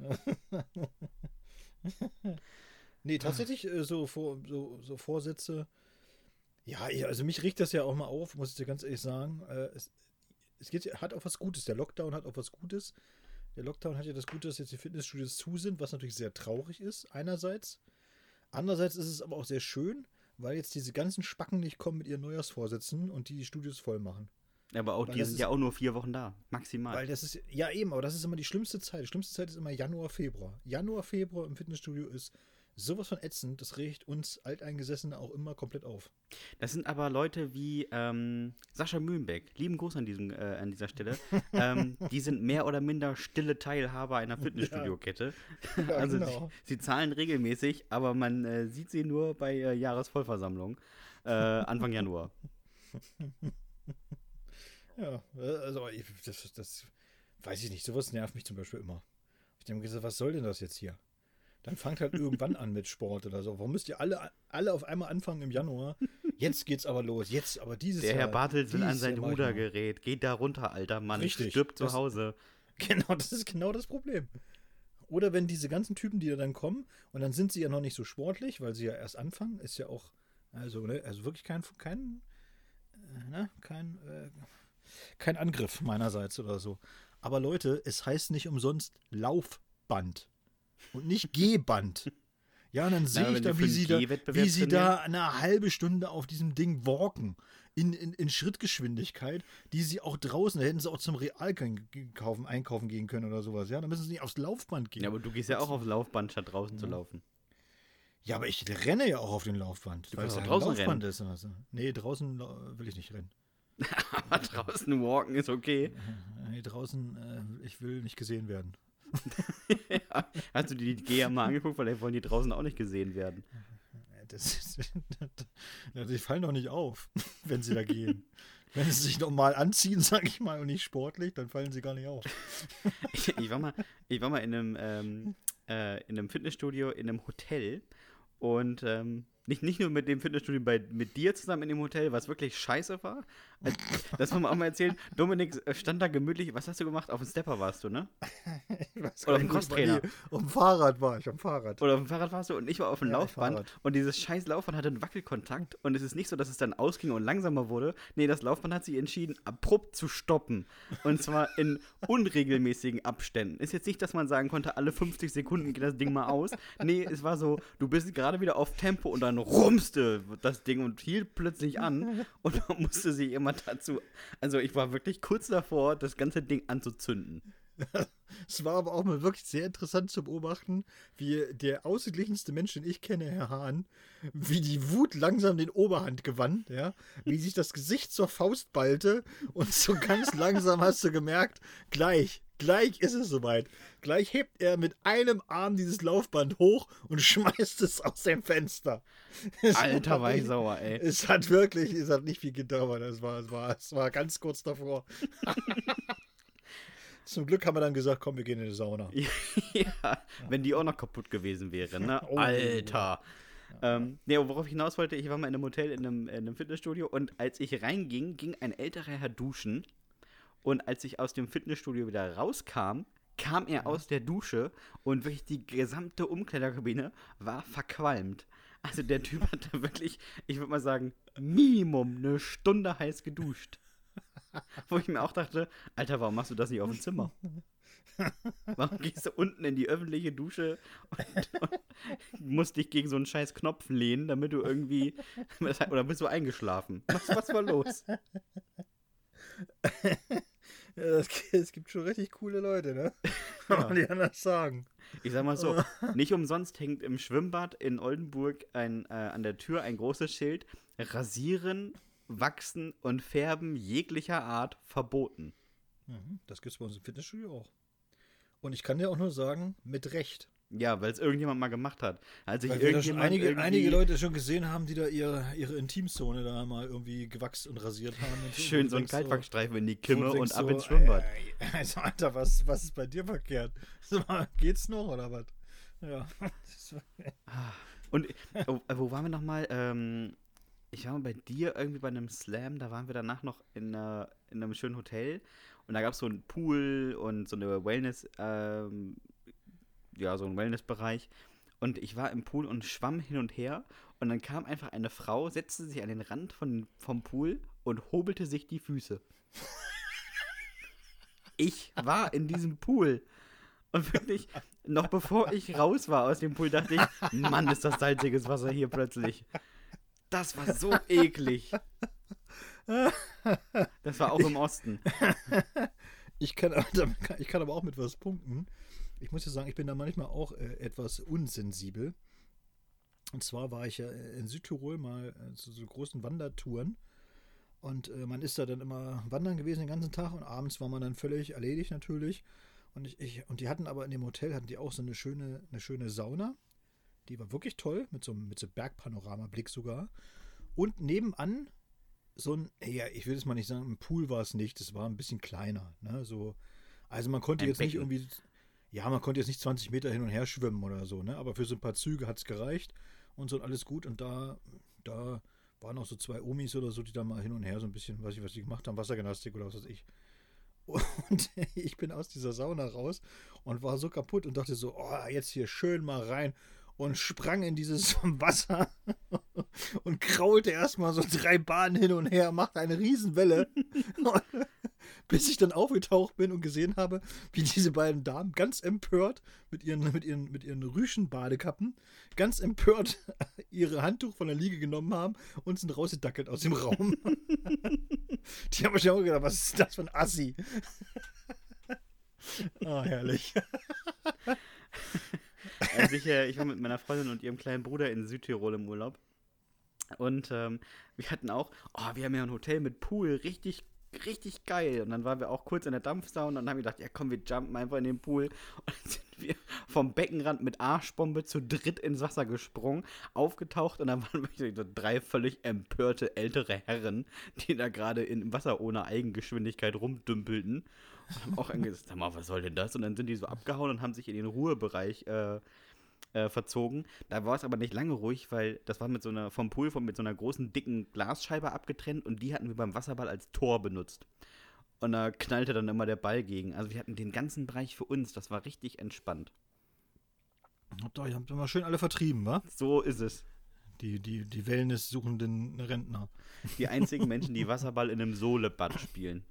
Nee, tatsächlich äh, so, vor, so, so Vorsätze. Ja, ich- also mich riecht das ja auch mal auf, muss ich dir ganz ehrlich sagen. Äh, es es geht, hat auch was Gutes. Der Lockdown hat auch was Gutes. Der Lockdown hat ja das Gute, dass jetzt die Fitnessstudios zu sind, was natürlich sehr traurig ist, einerseits. Andererseits ist es aber auch sehr schön, weil jetzt diese ganzen Spacken nicht kommen mit ihren Neujahrsvorsätzen und die die Studios voll machen. Aber auch Weil die das sind ist- ja auch nur vier Wochen da, maximal. Weil das ist, ja eben, aber das ist immer die schlimmste Zeit. Die schlimmste Zeit ist immer Januar, Februar. Januar, Februar im Fitnessstudio ist sowas von ätzend, das regt uns Alteingesessene auch immer komplett auf. Das sind aber Leute wie ähm, Sascha Mühlenbeck, lieben Gruß an, diesem, äh, an dieser Stelle. ähm, die sind mehr oder minder stille Teilhaber einer Fitnessstudio-Kette. Ja, also genau. sie, sie zahlen regelmäßig, aber man äh, sieht sie nur bei äh, Jahresvollversammlung äh, Anfang Januar. Ja, also ich- das, das weiß ich nicht. Sowas nervt mich zum Beispiel immer. Ich denke mir gesagt, was soll denn das jetzt hier? Dann fangt halt irgendwann an mit Sport oder so. Warum müsst ihr alle, alle auf einmal anfangen im Januar? Jetzt geht's aber los. Jetzt aber dieses Der Jahr. Herr Bartels will an dieses sein Jahr mach ich mal. Rudergerät. Geht da runter, alter Mann. Richtig. Stirbt zu Das- Hause. Genau, das ist genau das Problem. Oder wenn diese ganzen Typen, die da dann kommen, und dann sind sie ja noch nicht so sportlich, weil sie ja erst anfangen, ist ja auch, also, ne, also wirklich kein, kein, äh, ne, kein, äh, kein Angriff meinerseits oder so. Aber Leute, es heißt nicht umsonst Laufband und nicht Gehband. Ja, und dann sehe wenn ich sie da, für wie einen sie da, Gehwettbewerb wie sie da eine halbe Stunde auf diesem Ding walken. In, in, in Schrittgeschwindigkeit, die sie auch draußen, da hätten sie auch zum Real kaufen, einkaufen gehen können oder sowas. Ja, da müssen sie nicht aufs Laufband gehen. Ja, aber du gehst ja auch aufs Laufband, statt draußen zu laufen. Ja, aber ich renne ja auch auf dem Laufband. Du weil kannst es auch ja ein draußen Laufband ist. Also. Nee, draußen lau- will ich nicht rennen. Aber draußen walken ist okay. Nee, draußen, äh, ich will nicht gesehen werden. Ja. Hast du dir die Geher mal angeguckt? Weil wollen die draußen auch nicht gesehen werden. Das ist, die fallen doch nicht auf, wenn sie da gehen. Wenn sie sich normal anziehen, sag ich mal, und nicht sportlich, dann fallen sie gar nicht auf. Ich, ich, war, mal, ich war mal in einem, ähm, äh, in einem Fitnessstudio, in einem Hotel und ähm, nicht, nicht nur mit dem Fitnessstudio bei, mit dir zusammen in dem Hotel, was wirklich scheiße war. Also, das muss man auch mal erzählen. Dominik stand da gemütlich. Was hast du gemacht? Auf dem Stepper warst du, ne? Ich weiß Oder gar auf dem nicht, wo ich war. Crosstrainer. Nee, Auf dem Fahrrad war ich, auf dem Fahrrad. Oder auf dem Fahrrad warst du und ich war auf dem Ja, Laufband Fahrrad. und dieses scheiß Laufband hatte einen Wackelkontakt und es ist nicht so, dass es dann ausging und langsamer wurde. Nee, das Laufband hat sich entschieden, abrupt zu stoppen. Und zwar in unregelmäßigen Abständen. Ist jetzt nicht, dass man sagen konnte, alle fünfzig Sekunden geht das Ding mal aus. Nee, es war so, du bist gerade wieder auf Tempo und dann rumste das Ding und hielt plötzlich an und man musste sich immer dazu, also ich war wirklich kurz davor, das ganze Ding anzuzünden. Es war aber auch mal wirklich sehr interessant zu beobachten, wie der ausgeglichenste Mensch, den ich kenne, Herr Hahn, wie die Wut langsam den Oberhand gewann, ja, wie sich das Gesicht zur Faust ballte und so ganz langsam hast du gemerkt, gleich, gleich ist es soweit. Gleich hebt er mit einem Arm dieses Laufband hoch und schmeißt es aus dem Fenster. Es Alter, war war ich wirklich- sauer, ey. Es hat wirklich, es hat nicht viel gedauert, es war, es war, es war ganz kurz davor. Zum Glück haben wir dann gesagt, komm, wir gehen in die Sauna. Ja, wenn die auch noch kaputt gewesen wäre, ne? Oh. Alter. ähm, nee, worauf ich hinaus wollte, ich war mal in einem Hotel, in einem, in einem Fitnessstudio und als ich reinging, ging ein älterer Herr duschen und als ich aus dem Fitnessstudio wieder rauskam, kam er aus der Dusche und wirklich die gesamte Umkleiderkabine war verqualmt. Also der Typ hat da wirklich, ich würde mal sagen, Minimum eine Stunde heiß geduscht. Wo ich mir auch dachte, Alter, warum machst du das nicht auf dem Zimmer? Warum gehst du unten in die öffentliche Dusche und, und musst dich gegen so einen scheiß Knopf lehnen, damit du irgendwie, oder bist du eingeschlafen? Was, was war los? Ja, das, es gibt schon richtig coole Leute, ne? Kann Ja. man nicht anders sagen. Ich sag mal so, nicht umsonst hängt im Schwimmbad in Oldenburg ein, äh, an der Tür ein großes Schild: Rasieren, Wachsen und Färben jeglicher Art verboten. Mhm, das gibt's bei uns im Fitnessstudio auch. Und ich kann dir auch nur sagen, mit Recht. Ja, weil es irgendjemand mal gemacht hat. Als ich Weil wir da schon irgendjemand einige, irgendwie, einige Leute schon gesehen haben, die da ihre, ihre Intimzone da mal irgendwie gewachst und rasiert haben. Und so. schön Und so einen denkst so, Kaltwachstreifen in die Kimme du und denkst ab so, ins Schwimmbad. Äh, also, Alter, was, was ist bei dir verkehrt? Sag mal, geht's noch oder was? Ja. Und oh, wo waren wir nochmal? Ähm, ich war mal bei dir irgendwie bei einem Slam, da waren wir danach noch in, äh, in einem schönen Hotel und da gab es so einen Pool und so eine Wellness, ähm, ja, so einen Wellnessbereich. Und ich war im Pool und schwamm hin und her und dann kam einfach eine Frau, setzte sich an den Rand von, vom Pool und hobelte sich die Füße. Ich war in diesem Pool. Und wirklich, noch bevor ich raus war aus dem Pool, dachte ich, Mann, ist das salziges Wasser hier plötzlich. Das war so eklig. Das war auch im Osten. Ich kann, ich kann aber auch mit was punkten. Ich muss ja sagen, ich bin da manchmal auch äh, etwas unsensibel. Und zwar war ich ja in Südtirol mal äh, zu so großen Wandertouren. Und äh, man ist da dann immer wandern gewesen den ganzen Tag und abends war man dann völlig erledigt natürlich. Und, ich, ich, und die hatten aber in dem Hotel hatten die auch so eine schöne, eine schöne Sauna. Die war wirklich toll, mit so, mit so Bergpanoramablick sogar. Und nebenan so ein, ja, ich will es mal nicht sagen, ein Pool war es nicht, es war ein bisschen kleiner. Ne? So, also man konnte Ein jetzt nicht Becken. irgendwie, ja, man konnte jetzt nicht zwanzig Meter hin und her schwimmen oder so, ne? Aber für so ein paar Züge hat es gereicht und so und alles gut. Und da, da waren auch so zwei Omis oder so, die da mal hin und her so ein bisschen, weiß ich, was die gemacht haben, Wassergymnastik oder was weiß ich. Und ich bin aus dieser Sauna raus und war so kaputt und dachte so, oh, jetzt hier schön mal rein und sprang in dieses Wasser und kraulte erstmal so drei Bahnen hin und her, machte eine Riesenwelle, bis ich dann aufgetaucht bin und gesehen habe, wie diese beiden Damen ganz empört mit ihren, mit ihren, mit ihren Rüschen-Badekappen ganz empört ihre Handtuch von der Liege genommen haben und sind rausgedackelt aus dem Raum. Die haben sich auch gedacht, was ist das für ein Assi? Ah, herrlich. Also ich, äh, ich war mit meiner Freundin und ihrem kleinen Bruder in Südtirol im Urlaub. Und ähm, wir hatten auch, oh, wir haben ja ein Hotel mit Pool, richtig, richtig geil. Und dann waren wir auch kurz in der Dampfsauna und dann haben wir gedacht, ja komm, wir jumpen einfach in den Pool. Und dann sind wir vom Beckenrand mit Arschbombe zu dritt ins Wasser gesprungen, aufgetaucht und dann waren wirklich so drei völlig empörte ältere Herren, die da gerade im Wasser ohne Eigengeschwindigkeit rumdümpelten. Und haben auch gesagt, sag mal, was soll denn das? Und dann sind die so abgehauen und haben sich in den Ruhebereich äh, äh, verzogen. Da war es aber nicht lange ruhig, weil das war mit so einer, vom Pool von, mit so einer großen, dicken Glasscheibe abgetrennt und die hatten wir beim Wasserball als Tor benutzt. Und da knallte dann immer der Ball gegen. Also wir hatten den ganzen Bereich für uns. Das war richtig entspannt. Habt ihr habt ihr mal schön alle vertrieben, wa? So ist es. Die, die, die Wellness-suchenden Rentner. Die einzigen Menschen, die Wasserball in einem Sohlebad spielen.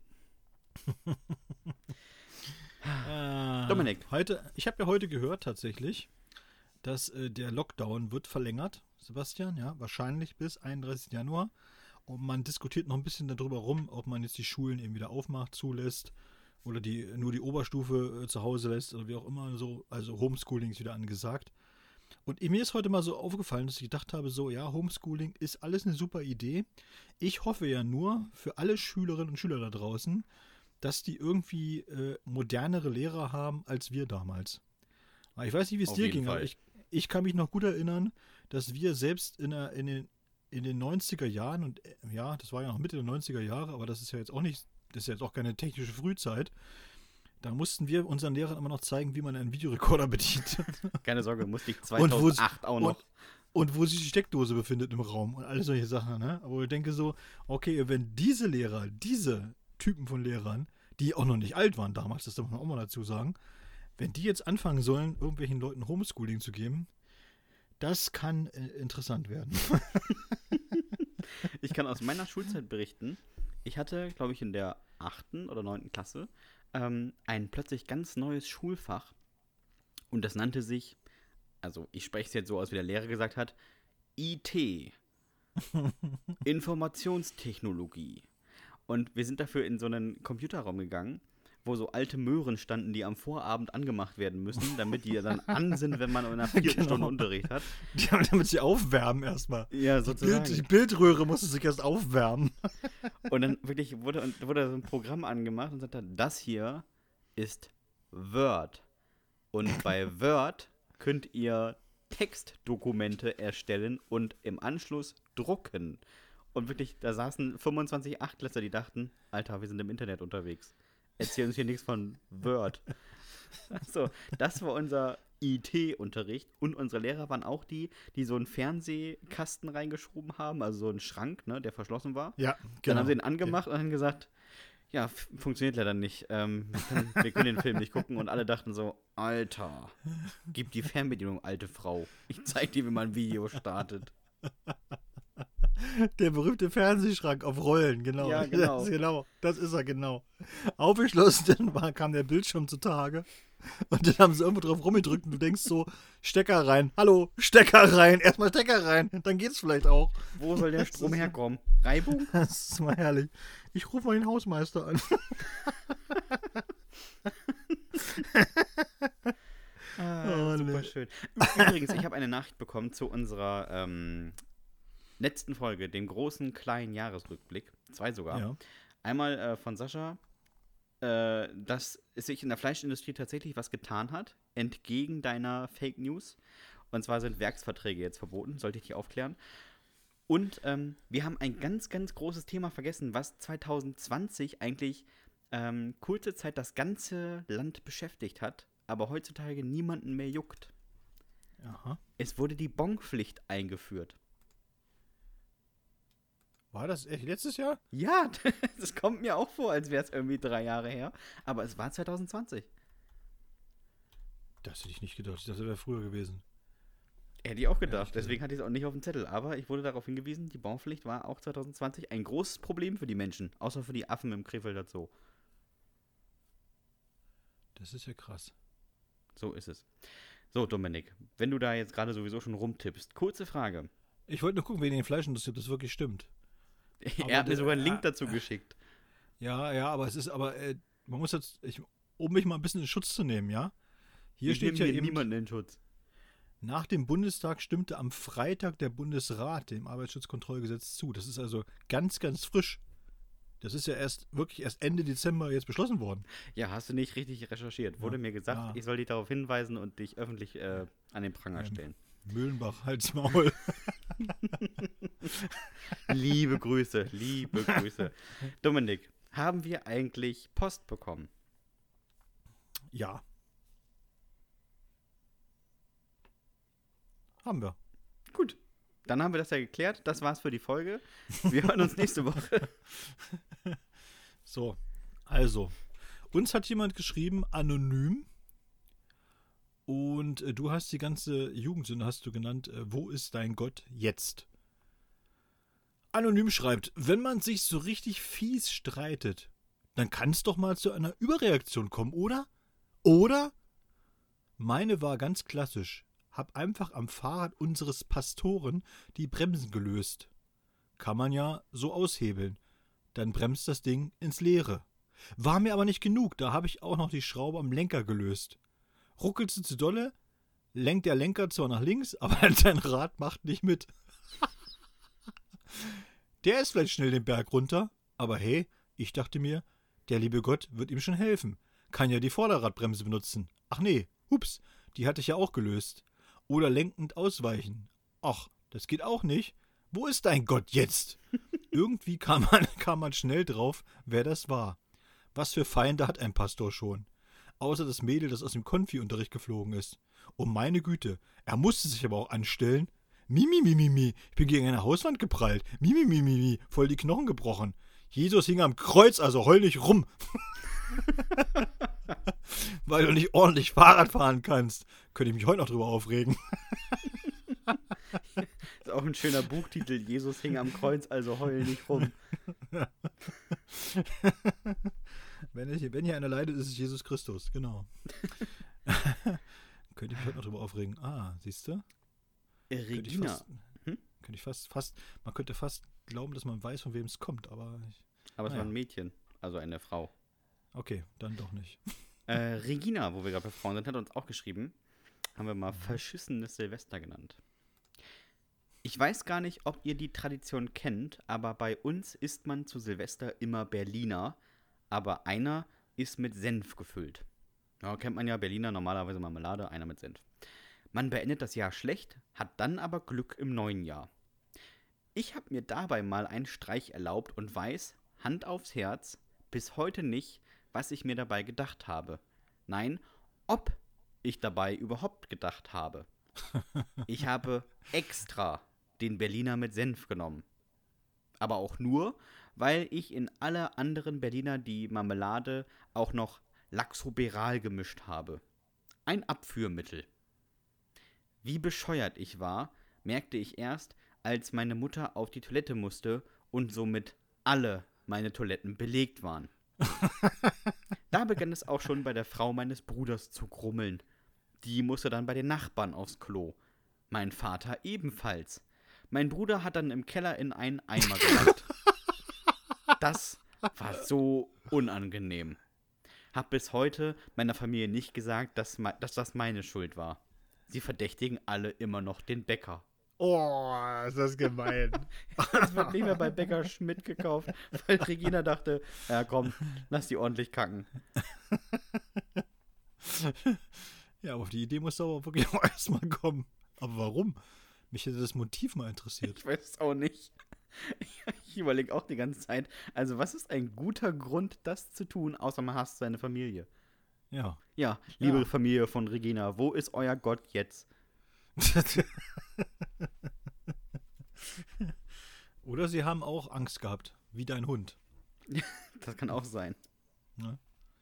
Äh, Dominik. Heute, ich habe ja heute gehört tatsächlich, dass äh, der Lockdown wird verlängert, Sebastian, ja, wahrscheinlich bis einunddreißigsten Januar. Und man diskutiert noch ein bisschen darüber rum, ob man jetzt die Schulen eben wieder aufmacht, zulässt oder die nur die Oberstufe äh, zu Hause lässt oder wie auch immer so. Also Homeschooling ist wieder angesagt. Und mir ist heute mal so aufgefallen, dass ich gedacht habe, so ja, Homeschooling ist alles eine super Idee. Ich hoffe ja nur für alle Schülerinnen und Schüler da draußen, dass die irgendwie äh, modernere Lehrer haben als wir damals. Aber ich weiß nicht, wie es Auf dir jeden ging, Fall. aber ich, ich kann mich noch gut erinnern, dass wir selbst in, der, in, den, in den neunziger Jahren, und äh, ja, das war ja noch Mitte der neunziger Jahre, aber das ist ja jetzt auch nicht, das ist ja jetzt auch keine technische Frühzeit, da mussten wir unseren Lehrern immer noch zeigen, wie man einen Videorekorder bedient. Keine Sorge, musste ich Und wo's- zweitausendacht auch noch. und wo sich die Steckdose befindet im Raum und all solche Sachen. Ne? Aber ich denke so, okay, wenn diese Lehrer, diese Typen von Lehrern, die auch noch nicht alt waren damals, das darf man auch mal dazu sagen, wenn die jetzt anfangen sollen, irgendwelchen Leuten Homeschooling zu geben, das kann äh, interessant werden. Ich kann aus meiner Schulzeit berichten, ich hatte, glaube ich, in der achten oder neunten Klasse ähm, ein plötzlich ganz neues Schulfach und das nannte sich, also ich spreche es jetzt so aus, wie der Lehrer gesagt hat, I T, Informationstechnologie. Und wir sind dafür in so einen Computerraum gegangen, wo so alte Möhren standen, die am Vorabend angemacht werden müssen, damit die dann an sind, wenn man in einer vierten Genau. Stunde Unterricht hat. Die haben, damit sie aufwärmen erstmal. Ja, Die, sozusagen. Bild, die Bildröhre musste sich erst aufwärmen. Und dann wirklich wurde, wurde so ein Programm angemacht und sagte, das hier ist Word. Und bei Word könnt ihr Textdokumente erstellen und im Anschluss drucken. Und wirklich, da saßen fünfundzwanzig Achtklässler, die dachten, Alter, wir sind im Internet unterwegs. Erzähl uns hier nichts von Word. Also, das war unser I T-Unterricht. Und unsere Lehrer waren auch die, die so einen Fernsehkasten reingeschoben haben, also so einen Schrank, ne, der verschlossen war. Ja, genau. Dann haben sie ihn angemacht und haben gesagt, ja, f- funktioniert leider nicht. Ähm, wir, können, wir können den Film nicht gucken. Und alle dachten so, Alter, gib die Fernbedienung, alte Frau. Ich zeig dir, wie man ein Video startet. Der berühmte Fernsehschrank auf Rollen, genau. Ja, genau. Das, genau, das ist er, genau. Aufgeschlossen, dann war, kam der Bildschirm zutage. Und dann haben sie irgendwo drauf rumgedrückt und du denkst so, Stecker rein. Hallo, Stecker rein. Erstmal Stecker rein. Dann geht's vielleicht auch. Wo soll der Strom herkommen? Reibung? Das ist mal herrlich. Ich rufe mal den Hausmeister an. Ah, Oh, super nee. schön. Übrigens, ich habe eine Nachricht bekommen zu unserer ähm, letzten Folge, dem großen kleinen Jahresrückblick. Zwei sogar. Ja. Einmal äh, von Sascha, äh, dass es sich in der Fleischindustrie tatsächlich was getan hat, entgegen deiner Fake News. Und zwar sind Werksverträge jetzt verboten, sollte ich dich aufklären. Und ähm, wir haben ein ganz, ganz großes Thema vergessen, was zwanzig zwanzig eigentlich ähm, kurze Zeit das ganze Land beschäftigt hat, aber heutzutage niemanden mehr juckt. Aha. Es wurde die Bonpflicht eingeführt. War das echt letztes Jahr? Ja, das kommt mir auch vor, als wäre es irgendwie drei Jahre her. Aber es war zwanzig zwanzig. Das hätte ich nicht gedacht. Das wäre früher gewesen. Hätte ich auch gedacht. Ehrlich gesagt. Deswegen hatte ich es auch nicht auf dem Zettel. Aber ich wurde darauf hingewiesen, die Bonpflicht war auch zwanzig zwanzig ein großes Problem für die Menschen. Außer für die Affen im Krefelder Zoo. Das ist ja krass. So ist es. So, Dominik, wenn du da jetzt gerade sowieso schon rumtippst, kurze Frage. Ich wollte nur gucken, wegen den Fleischindustrie, ob das wirklich stimmt. Aber er hat mir der- sogar einen Link ah, dazu geschickt. Ja, ja, aber es ist, aber äh, man muss jetzt, ich, um mich mal ein bisschen in Schutz zu nehmen, ja? Hier ich steht nehme ja hier eben, niemanden in Schutz. nach dem Bundestag stimmte am Freitag der Bundesrat dem Arbeitsschutzkontrollgesetz zu. Das ist also ganz, ganz frisch. Das ist ja erst, wirklich erst Ende Dezember jetzt beschlossen worden. Ja, hast du nicht richtig recherchiert. Wurde Ja. mir gesagt, Ja. ich soll dich darauf hinweisen und dich öffentlich äh, an den Pranger Ähm. stellen. Mühlenbach, halt's Maul. Liebe Grüße, liebe Grüße. Dominik, haben wir eigentlich Post bekommen? Ja. Haben wir. Gut, dann haben wir das ja geklärt. Das war's für die Folge. Wir hören uns nächste Woche. So, also, uns hat jemand geschrieben, anonym. Und äh, du hast die ganze Jugendsünde, hast du genannt, äh, wo ist dein Gott jetzt? Anonym schreibt, wenn man sich so richtig fies streitet, dann kann es doch mal zu einer Überreaktion kommen, oder? Oder? Meine war ganz klassisch. Hab einfach am Fahrrad unseres Pastoren die Bremsen gelöst. Kann man ja so aushebeln. Dann bremst das Ding ins Leere. War mir aber nicht genug, da habe ich auch noch die Schraube am Lenker gelöst. Ruckelst du zu dolle, lenkt der Lenker zwar nach links, aber dein Rad macht nicht mit. Der ist vielleicht schnell den Berg runter, aber hey, ich dachte mir, der liebe Gott wird ihm schon helfen. Kann ja die Vorderradbremse benutzen. Ach nee, hups, die hatte ich ja auch gelöst. Oder lenkend ausweichen. Ach, das geht auch nicht. Wo ist dein Gott jetzt? Irgendwie kam man, kam man schnell drauf, wer das war. Was für Feinde hat ein Pastor schon? Außer das Mädel, das aus dem Konfi-Unterricht geflogen ist. Oh meine Güte, er musste sich aber auch anstellen. Mimi, Mimi, Mimi, ich bin gegen eine Hauswand geprallt. Mimi, Mimi, Mimi, voll die Knochen gebrochen. Jesus hing am Kreuz, also heul nicht rum. Weil du nicht ordentlich Fahrrad fahren kannst. Könnte ich mich heute noch drüber aufregen. Ist auch ein schöner Buchtitel. Jesus hing am Kreuz, also heul nicht rum. Wenn hier, wenn hier einer leidet, ist es Jesus Christus, genau. Könnte ich mich heute noch drüber aufregen. Ah, siehst du? Regina. Fast, hm? Könnte ich fast, fast, man könnte fast glauben, dass man weiß, von wem es kommt, aber ich, Aber es naja. war ein Mädchen, also eine Frau. Okay, dann doch nicht. Äh, Regina, wo wir gerade bei Frauen sind, hat uns auch geschrieben, haben wir mal verschissenes Silvester genannt. Ich weiß gar nicht, ob ihr die Tradition kennt, aber bei uns isst man zu Silvester immer Berliner, aber einer ist mit Senf gefüllt. Ja, kennt man ja, Berliner, normalerweise Marmelade, einer mit Senf. Man beendet das Jahr schlecht, hat dann aber Glück im neuen Jahr. Ich habe mir dabei mal einen Streich erlaubt und weiß, Hand aufs Herz, bis heute nicht, was ich mir dabei gedacht habe. Nein, ob ich dabei überhaupt gedacht habe. Ich habe extra den Berliner mit Senf genommen. Aber auch nur, weil ich in alle anderen Berliner die Marmelade auch noch Laxoberal gemischt habe. Ein Abführmittel. Wie bescheuert ich war, merkte ich erst, als meine Mutter auf die Toilette musste und somit alle meine Toiletten belegt waren. Da begann es auch schon bei der Frau meines Bruders zu grummeln. Die musste dann bei den Nachbarn aufs Klo. Mein Vater ebenfalls. Mein Bruder hat dann im Keller in einen Eimer gemacht. Das war so unangenehm. Hab bis heute meiner Familie nicht gesagt, dass, dass das meine Schuld war. Sie verdächtigen alle immer noch den Bäcker. Oh, ist das gemein. Es wird nicht mehr bei Bäcker Schmidt gekauft, weil Regina dachte, ja komm, lass die ordentlich kacken. Ja, aber auf die Idee muss du aber wirklich auch erstmal kommen. Aber warum? Mich hätte das Motiv mal interessiert. Ich weiß es auch nicht. Ich überlege auch die ganze Zeit, also was ist ein guter Grund, das zu tun, außer man hasst seine Familie? Ja. Ja, liebe Ja. Familie von Regina, wo ist euer Gott jetzt? Oder sie haben auch Angst gehabt, wie dein Hund. Das kann auch sein. Ne?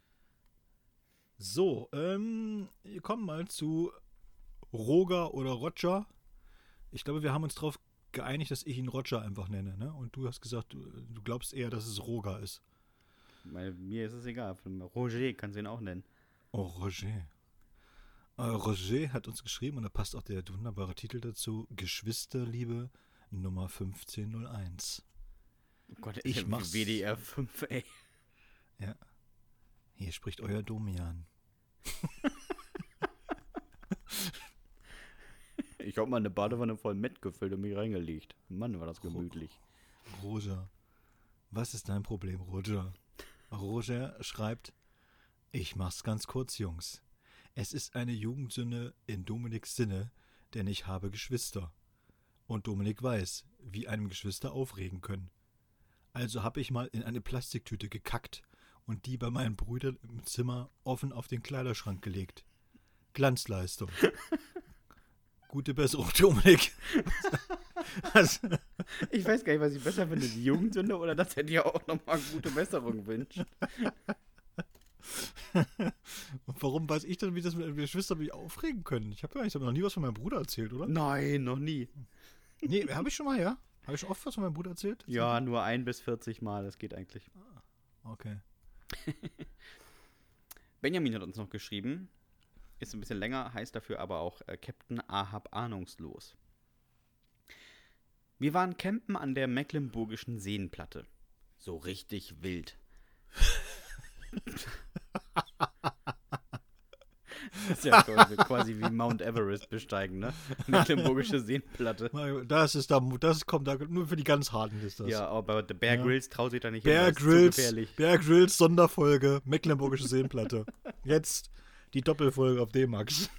So, ähm, wir kommen mal zu Roger oder Roger. Ich glaube, wir haben uns darauf geeinigt, dass ich ihn Roger einfach nenne, ne? Und du hast gesagt, du, du glaubst eher, dass es Roger ist. Weil mir ist es egal. Roger kannst du ihn auch nennen. Oh, Roger. Äh, Roger hat uns geschrieben, und da passt auch der wunderbare Titel dazu, Geschwisterliebe Nummer fünfzehn null eins. Oh Gott, Ich ich mach's. W D R fünf, ey. Ja. Hier spricht euer Domian. Ich hab mal eine Badewanne voll Mett gefüllt und mich reingelegt. Mann, war das gemütlich. Roger. Was ist dein Problem, Roger? Roger schreibt, ich mach's ganz kurz, Jungs. Es ist eine Jugendsünde in Dominiks Sinne, denn ich habe Geschwister. Und Dominik weiß, wie einem Geschwister aufregen können. Also habe ich mal in eine Plastiktüte gekackt und die bei meinen Brüdern im Zimmer offen auf den Kleiderschrank gelegt. Glanzleistung. Gute Besserung, Dominik. Also, Ich weiß gar nicht, was ich besser finde, die Jugendsünde oder dass er dir auch nochmal gute Besserung wünscht. und warum weiß ich dann, wie das mit meinen Geschwistern mich aufregen können? Ich habe ja eigentlich noch nie was von meinem Bruder erzählt, oder? Nein, noch nie. Nee, habe ich schon mal, ja? Habe ich schon oft was von meinem Bruder erzählt? Ja, nur ein bis vierzig Mal, das geht eigentlich. Okay. Benjamin hat uns noch geschrieben, ist ein bisschen länger, heißt dafür aber auch äh, Captain Ahab ahnungslos. Wir waren campen an der Mecklenburgischen Seenplatte. So richtig wild. Das ist ja quasi, quasi wie Mount Everest besteigen, ne? Mecklenburgische Seenplatte. Das ist da, das kommt da, nur für die ganz Harten ist das. Ja, aber der Bear Ja. Grylls traut sich da nicht Bear hin, das ist zu Grylls, gefährlich. Bear Grylls Sonderfolge, Mecklenburgische Seenplatte. Jetzt die Doppelfolge auf D-Max.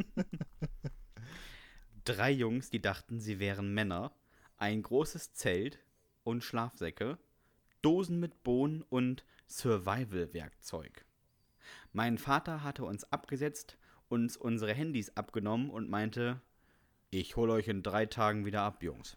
Drei Jungs, die dachten, sie wären Männer, ein großes Zelt und Schlafsäcke, Dosen mit Bohnen und Survival-Werkzeug. Mein Vater hatte uns abgesetzt, uns unsere Handys abgenommen und meinte, Ich hole euch in drei Tagen wieder ab, Jungs.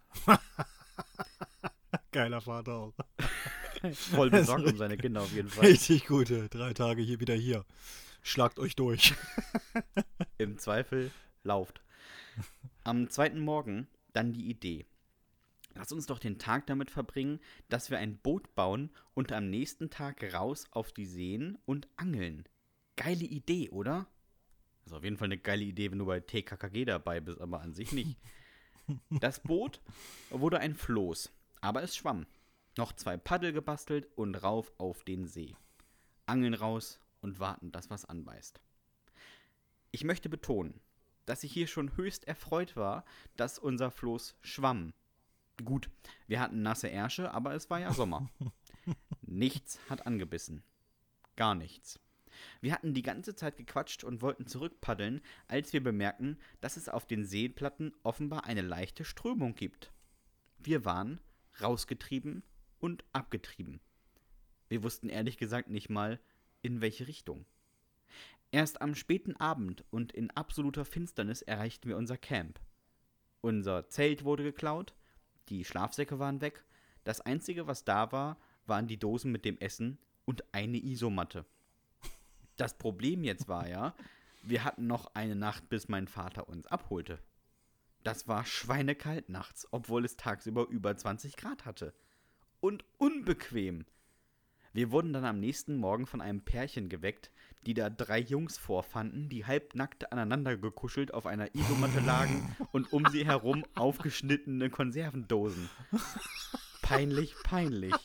Geiler Vater auch. Voll besorgt um seine Kinder auf jeden Fall. Richtig gute. Drei Tage hier wieder hier. Schlagt euch durch. Im Zweifel lauft. Am zweiten Morgen dann die Idee. Lass uns doch den Tag damit verbringen, dass wir ein Boot bauen und am nächsten Tag raus auf die Seen und angeln. Geile Idee, oder? Das ist auf jeden Fall eine geile Idee, wenn du bei T K K G dabei bist, aber an sich nicht. Das Boot wurde ein Floß, aber es schwamm. Noch zwei Paddel gebastelt und rauf auf den See. Angeln raus und warten, dass was anbeißt. Ich möchte betonen, dass ich hier schon höchst erfreut war, dass unser Floß schwamm. Gut, wir hatten nasse Ärsche, aber es war ja Sommer. Nichts hat angebissen. Gar nichts. Wir hatten die ganze Zeit gequatscht und wollten zurückpaddeln, als wir bemerkten, dass es auf den Seeplatten offenbar eine leichte Strömung gibt. Wir waren rausgetrieben und abgetrieben. Wir wussten ehrlich gesagt nicht mal, in welche Richtung. Erst am späten Abend und in absoluter Finsternis erreichten wir unser Camp. Unser Zelt wurde geklaut, die Schlafsäcke waren weg, das Einzige, was da war, waren die Dosen mit dem Essen und eine Isomatte. Das Problem jetzt war ja, wir hatten noch eine Nacht, bis mein Vater uns abholte. Das war schweinekalt nachts, obwohl es tagsüber über zwanzig Grad hatte. Und unbequem. Wir wurden dann am nächsten Morgen von einem Pärchen geweckt, die da drei Jungs vorfanden, die halbnackt aneinander gekuschelt auf einer Isomatte lagen und um sie herum aufgeschnittene Konservendosen. Peinlich, peinlich.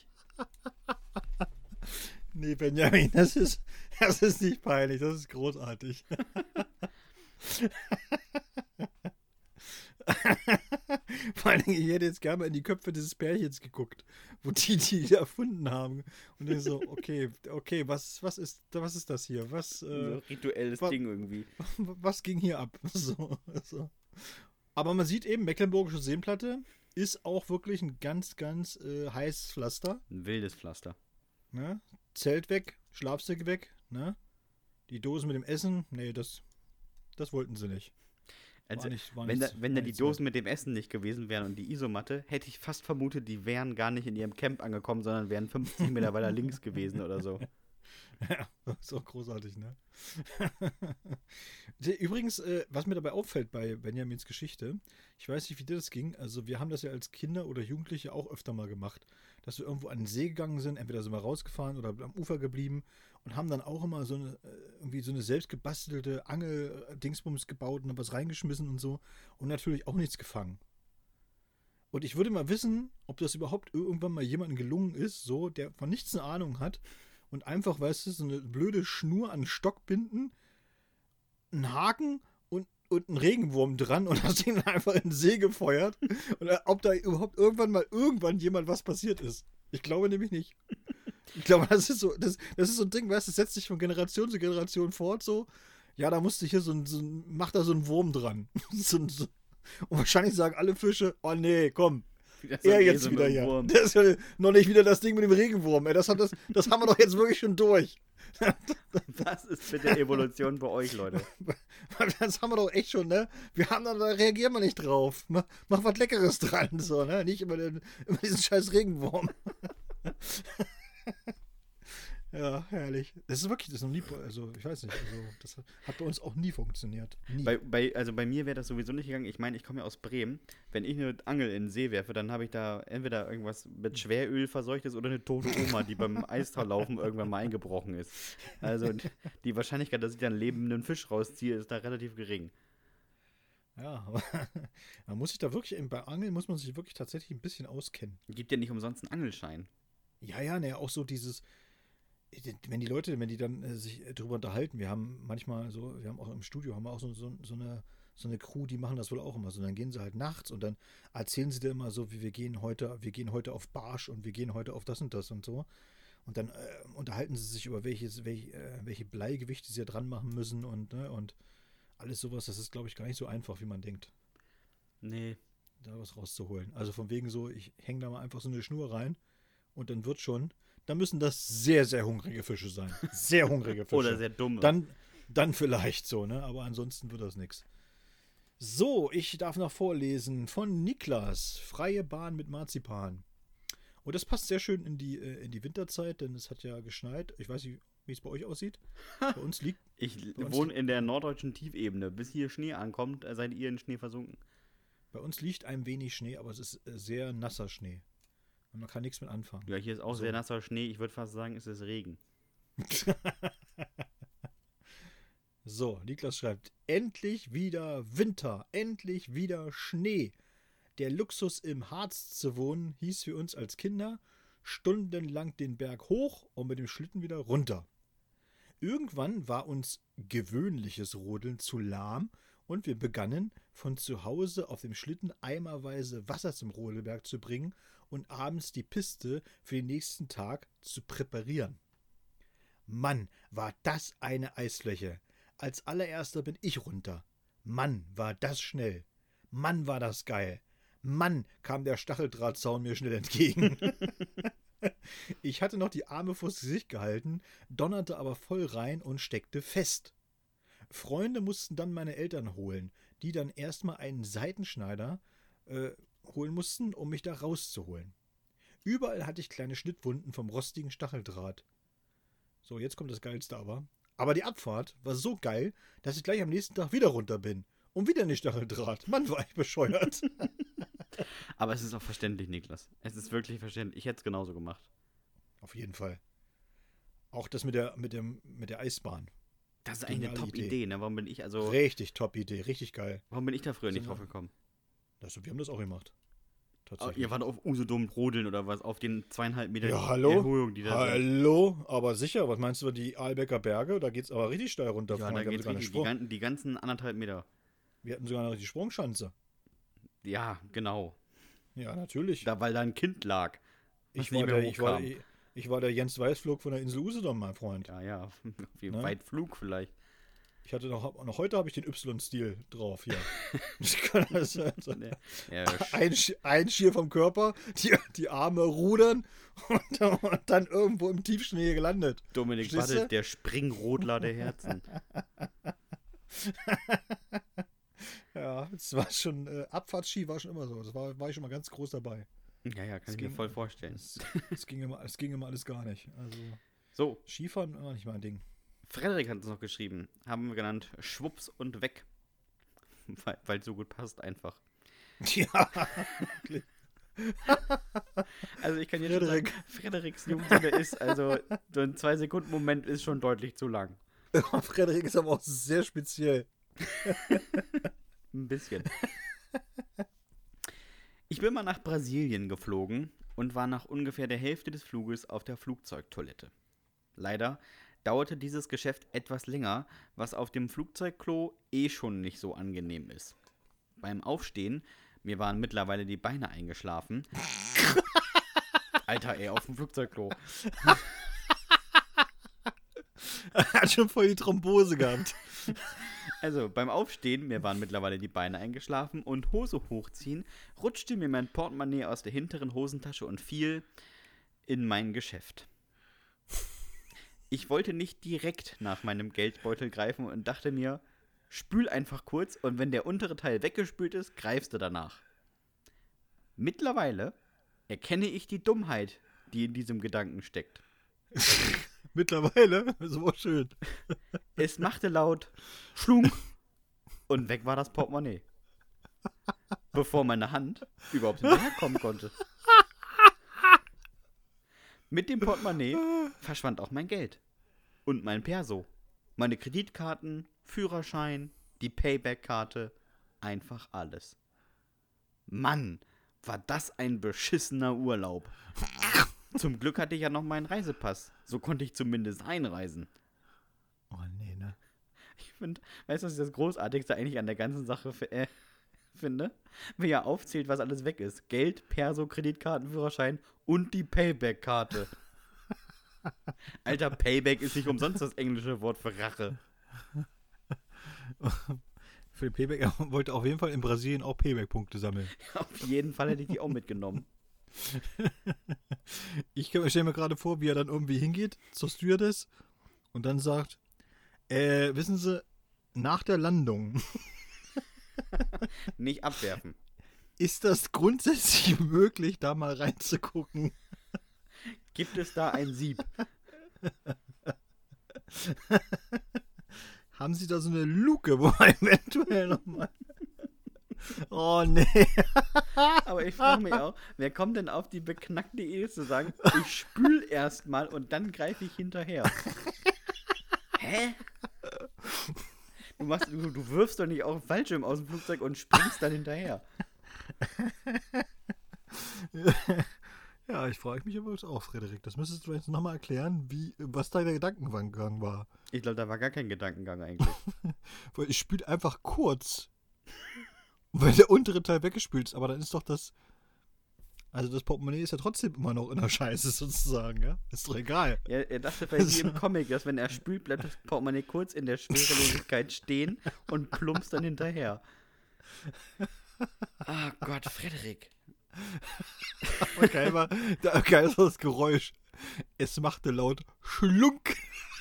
Nee, Benjamin, das ist, das ist nicht peinlich, das ist großartig. Vor allen Dingen, ich hätte jetzt gerne mal in die Köpfe dieses Pärchens geguckt, wo die die erfunden haben. Und dann so, okay, okay, was, was, ist, was ist das hier? Was, äh, so rituelles wa- Ding irgendwie. was ging hier ab? So, so. Aber man sieht eben, Mecklenburgische Seenplatte ist auch wirklich ein ganz, ganz äh, heißes Pflaster. Ein wildes Pflaster. Ne? Zelt weg, Schlafsäcke weg, ne? Die Dosen mit dem Essen, nee, das, das wollten sie nicht. Also, War nicht- war wenn, da, nichts- wenn war da die nichts Dosen mit dem Essen nicht gewesen wären und die Isomatte, hätte ich fast vermutet, die wären gar nicht in ihrem Camp angekommen, sondern wären fünfzig Meter weiter links gewesen oder so. Ja, das ist auch großartig, ne? Übrigens, äh, was mir dabei auffällt bei Benjamins Geschichte, ich weiß nicht, wie dir das ging, also wir haben das ja als Kinder oder Jugendliche auch öfter mal gemacht, dass wir irgendwo an den See gegangen sind, entweder sind wir rausgefahren oder am Ufer geblieben und haben dann auch immer so eine, äh, irgendwie so eine selbstgebastelte Angel-Dingsbums gebaut und haben was reingeschmissen und so und natürlich auch nichts gefangen. Und ich würde mal wissen, ob das überhaupt irgendwann mal jemandem gelungen ist, so, der von nichts eine Ahnung hat, und einfach, weißt du, so eine blöde Schnur an den Stock binden, einen Haken und, und einen Regenwurm dran und das Ding dann einfach in den See gefeuert. Und ob da überhaupt irgendwann mal irgendwann jemand was passiert ist. Ich glaube nämlich nicht. Ich glaube, das ist so, das, das ist so ein Ding, weißt du, das setzt sich von Generation zu Generation fort, so. Ja, da musste hier so ein, so ein mach da so einen Wurm dran. so, ein- so. Und wahrscheinlich sagen alle Fische, oh nee, komm. Das ist Er ein jetzt Esel wieder mit hier. einem Wurm. Das ist ja noch nicht wieder das Ding mit dem Regenwurm. Ey. Das, hat das, das haben wir doch jetzt wirklich schon durch. Was ist mit der Evolution bei euch, Leute? Das haben wir doch echt schon, ne? Wir haben da, da reagieren wir nicht drauf. Mach, mach was Leckeres dran, so, ne? Nicht immer, den, immer diesen scheiß Regenwurm. Ja, herrlich. Das ist wirklich, das ist noch nie, also ich weiß nicht, also das hat bei uns auch nie funktioniert. Nie. Bei, bei, also bei mir wäre das sowieso nicht gegangen. Ich meine, ich komme ja aus Bremen. Wenn ich eine Angel in den See werfe, dann habe ich da entweder irgendwas mit Schweröl verseuchtes oder eine tote Oma, die beim Eistauchlaufen irgendwann mal eingebrochen ist. Also die, die Wahrscheinlichkeit, dass ich dann lebenden Fisch rausziehe, ist da relativ gering. Ja, aber man muss sich da wirklich, bei Angeln muss man sich wirklich tatsächlich ein bisschen auskennen. Gibt ja nicht umsonst einen Angelschein. Ja, ja, ne, auch so dieses, wenn die Leute, wenn die dann äh, sich darüber unterhalten, wir haben manchmal so, wir haben auch im Studio, haben wir auch so, so, so, eine, so eine Crew, die machen das wohl auch immer so. Dann gehen sie halt nachts und dann erzählen sie dir immer so, wie wir gehen heute, wir gehen heute auf Barsch und wir gehen heute auf das und das und so. Und dann äh, unterhalten sie sich über welches, welche, äh, welche Bleigewichte sie da dran machen müssen und, ne, und alles sowas. Das ist, glaube ich, gar nicht so einfach, wie man denkt, Nee. da was rauszuholen. Also von wegen so, ich hänge da mal einfach so eine Schnur rein und dann wird schon, dann müssen das sehr, sehr hungrige Fische sein. Sehr hungrige Fische. Oder sehr dumme. Dann, dann vielleicht so, ne? Aber ansonsten wird das nichts. So, ich darf noch vorlesen von Niklas. Freie Bahn mit Marzipan. Und das passt sehr schön in die, äh, in die Winterzeit, denn es hat ja geschneit. Ich weiß nicht, wie es bei euch aussieht. Bei uns liegt. Ich bei uns wohne in der norddeutschen Tiefebene. Bis hier Schnee ankommt, äh, seid ihr in Schnee versunken. Bei uns liegt ein wenig Schnee, aber es ist äh, sehr nasser Schnee. Und man kann nichts mit anfangen. Ja, hier ist auch So. sehr nasser Schnee. Ich würde fast sagen, es ist Regen. So, Niklas schreibt, endlich wieder Winter, endlich wieder Schnee. Der Luxus im Harz zu wohnen, hieß für uns als Kinder stundenlang den Berg hoch und mit dem Schlitten wieder runter. Irgendwann war uns gewöhnliches Rodeln zu lahm und wir begannen, von zu Hause auf dem Schlitten eimerweise Wasser zum Rodelberg zu bringen und abends die Piste für den nächsten Tag zu präparieren. Mann, war das eine Eisfläche. Als allererster bin ich runter. Mann, war das schnell. Mann, war das geil. Mann, kam der Stacheldrahtzaun mir schnell entgegen. Ich hatte noch die Arme vors Gesicht gehalten, donnerte aber voll rein und steckte fest. Freunde mussten dann meine Eltern holen, die dann erstmal einen Seitenschneider äh, holen mussten, um mich da rauszuholen. Überall hatte ich kleine Schnittwunden vom rostigen Stacheldraht. So, jetzt kommt das Geilste aber. Aber die Abfahrt war so geil, dass ich gleich am nächsten Tag wieder runter bin. Und wieder nicht Stacheldraht. Mann, war ich bescheuert. Aber es ist auch verständlich, Niklas. Es ist wirklich verständlich. Ich hätte es genauso gemacht. Auf jeden Fall. Auch das mit der, mit dem, mit der Eisbahn. Das ist eigentlich eine Geniale Top-Idee, Idee. ne? Warum bin ich also. Richtig Top-Idee, richtig geil. Warum bin ich da früher nicht Sind wir- drauf gekommen? Also, wir haben das auch gemacht. Oh, Tatsächlich. ihr wart auf Usedom rodeln oder was? Auf den zweieinhalb Meter Ja, hallo? Erhöhung, die da sind. Hallo? Aber sicher, was meinst du, die Aalbecker Berge? Da geht's aber richtig steil runter. Ja, Freund. da wir, haben geht's sogar eine richtig, die, Sprung, gan- die ganzen anderthalb Meter. wir hatten sogar noch die Sprungschanze. Ja, genau. Ja, natürlich. Da, weil da ein Kind lag. was ich, nicht war mehr der, ich, war, hochkam. ich, ich war der Jens Weißflug von der Insel Usedom, mein Freund. Ja, ja. Auf jeden Ne? Weitflug vielleicht. Ich hatte noch, noch heute habe ich den Y-Stil drauf hier. Ich kann das, also, Ne. Ja, ein, Sch- ein Schier vom Körper, die, die Arme rudern und, und dann irgendwo im Tiefschnee gelandet. Dominik Verstehst du? Bartelt, der Springrodler der Herzen. Ja, es war schon, äh, Abfahrtski war schon immer so. Das war, war ich schon mal ganz groß dabei. Ja, ja, kann Es ich mir ging- voll vorstellen. Es, es, ging immer, es ging immer alles gar nicht. Also So, Skifahren war nicht mein Ding. Frederik hat uns noch geschrieben. Haben wir genannt Schwupps und weg. Weil es so gut passt einfach. Ja, Also ich kann jetzt schon sagen, Frederik. Frederiks Jugendliebe ist, also so ein zwei-Sekunden-Moment ist schon deutlich zu lang. Frederik ist aber auch sehr speziell. Ein bisschen. Ich bin mal nach Brasilien geflogen und war nach ungefähr der Hälfte des Fluges auf der Flugzeugtoilette. Leider dauerte dieses Geschäft etwas länger, was auf dem Flugzeugklo eh schon nicht so angenehm ist. Beim Aufstehen, mir waren mittlerweile die Beine eingeschlafen. Alter, ey, auf dem Flugzeugklo. Er hat schon voll die Thrombose gehabt. Also, beim Aufstehen, mir waren mittlerweile die Beine eingeschlafen und Hose hochziehen, rutschte mir mein Portemonnaie aus der hinteren Hosentasche und fiel in mein Geschäft. Ich wollte nicht direkt nach meinem Geldbeutel greifen und dachte mir, spül einfach kurz und wenn der untere Teil weggespült ist, greifst du danach. Mittlerweile erkenne ich die Dummheit, die in diesem Gedanken steckt. Mittlerweile, so schön. Es machte laut Schlunk und weg war das Portemonnaie. Bevor meine Hand überhaupt hinterherkommen konnte. Mit dem Portemonnaie verschwand auch mein Geld. Und mein Perso. Meine Kreditkarten, Führerschein, die Payback-Karte, einfach alles. Mann, war das ein beschissener Urlaub. Zum Glück hatte ich ja noch meinen Reisepass. So konnte ich zumindest einreisen. Oh nee, ne? Ich finde, weißt du, was ich das Großartigste eigentlich an der ganzen Sache f- äh, finde? Wie er aufzählt, was alles weg ist. Geld, Perso, Kreditkarten, Führerschein und die Payback-Karte. Alter, Payback ist nicht umsonst das englische Wort für Rache. Für den Payback, er wollte auf jeden Fall in Brasilien auch Payback-Punkte sammeln. Auf jeden Fall hätte ich die auch mitgenommen. Ich stelle mir gerade vor, wie er dann irgendwie hingeht zur Stewardess und dann sagt, äh, wissen Sie, nach der Landung Nicht abwerfen. Ist das grundsätzlich möglich, da mal reinzugucken? Gibt es da ein Sieb? Haben Sie da so eine Luke, wo man eventuell nochmal... Oh, nee. Aber ich frage mich auch, wer kommt denn auf die beknackte Idee zu sagen, ich spül erst mal und dann greife ich hinterher? Hä? Du, machst, du, du wirfst doch nicht auch einen Fallschirm aus dem Flugzeug und springst dann hinterher. Ja, ich frage mich aber jetzt auch, Frederik. Das müsstest du jetzt nochmal erklären, wie, was da der Gedankengang war. Ich glaube, da war gar kein Gedankengang eigentlich. Weil ich spült einfach kurz. Weil der untere Teil weggespült ist. Aber dann ist doch das... Also das Portemonnaie ist ja trotzdem immer noch in der Scheiße sozusagen, ja? Ist doch egal. Ja, er dachte vielleicht wie im Comic, dass wenn er spült, bleibt das Portemonnaie kurz in der Schwerelosigkeit stehen und plumpst dann hinterher. Ah Gott, Frederik. Aber geil war, da, geil ist das Geräusch. Es machte laut Schlunk.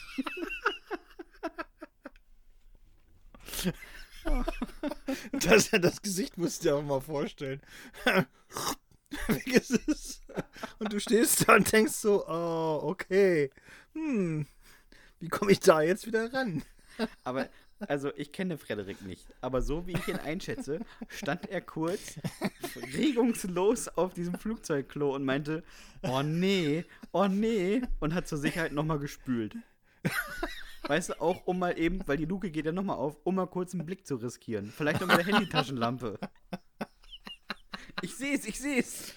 Das, das Gesicht musst du dir auch mal vorstellen. Weg ist es. Und du stehst da und denkst so, oh, okay. Hm, wie komme ich da jetzt wieder ran? Aber, also ich kenne Frederik nicht, aber so wie ich ihn einschätze, stand er kurz regungslos auf diesem Flugzeugklo und meinte, oh nee, oh nee, und hat zur Sicherheit nochmal gespült. Weißt du, auch um mal eben, weil die Luke geht ja nochmal auf, um mal kurz einen Blick zu riskieren. Vielleicht noch mit der Handytaschenlampe. Ich seh's, ich seh's.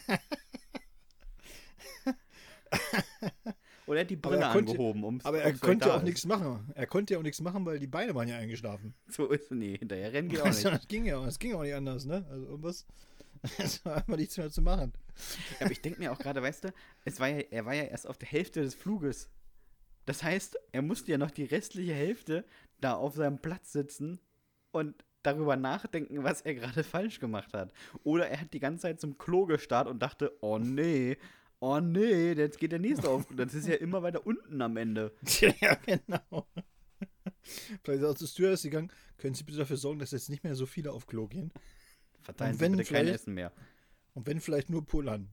Oder er hat die Brille Aber er konnte- angehoben, um's, Aber er um's konnte da ja auch ist. nichts machen. Er konnte ja auch nichts machen, weil die Beine waren ja eingeschlafen. So ist, nee, hinterher rennen geht auch Also, nicht. das ging ja auch, das ging auch nicht anders, ne? Also irgendwas, es war einfach nichts mehr zu machen. Aber ich denke mir auch gerade, weißt du, es war ja, er war ja erst auf der Hälfte des Fluges. Das heißt, er musste ja noch die restliche Hälfte da auf seinem Platz sitzen und darüber nachdenken, was er gerade falsch gemacht hat. Oder er hat die ganze Zeit zum Klo gestarrt und dachte, oh nee, oh nee, jetzt geht der nächste auf. Das ist ja immer weiter unten am Ende. Ja, genau. Vielleicht ist er auch zur Stewardess gegangen. Können Sie bitte dafür sorgen, dass jetzt nicht mehr so viele auf Klo gehen? Verteilen Und Sie wenn bitte kein vielleicht- Essen mehr. Und wenn vielleicht nur pullern.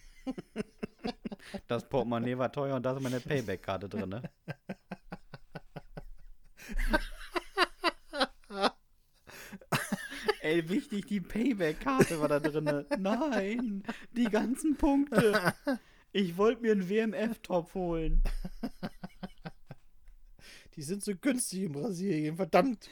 Das Portemonnaie war teuer und da ist meine Payback-Karte drin, ne? Ey, wichtig, die Payback-Karte war da drin. Nein, die ganzen Punkte. Ich wollte mir einen W M F-Top holen. Die sind so günstig in Brasilien, verdammt.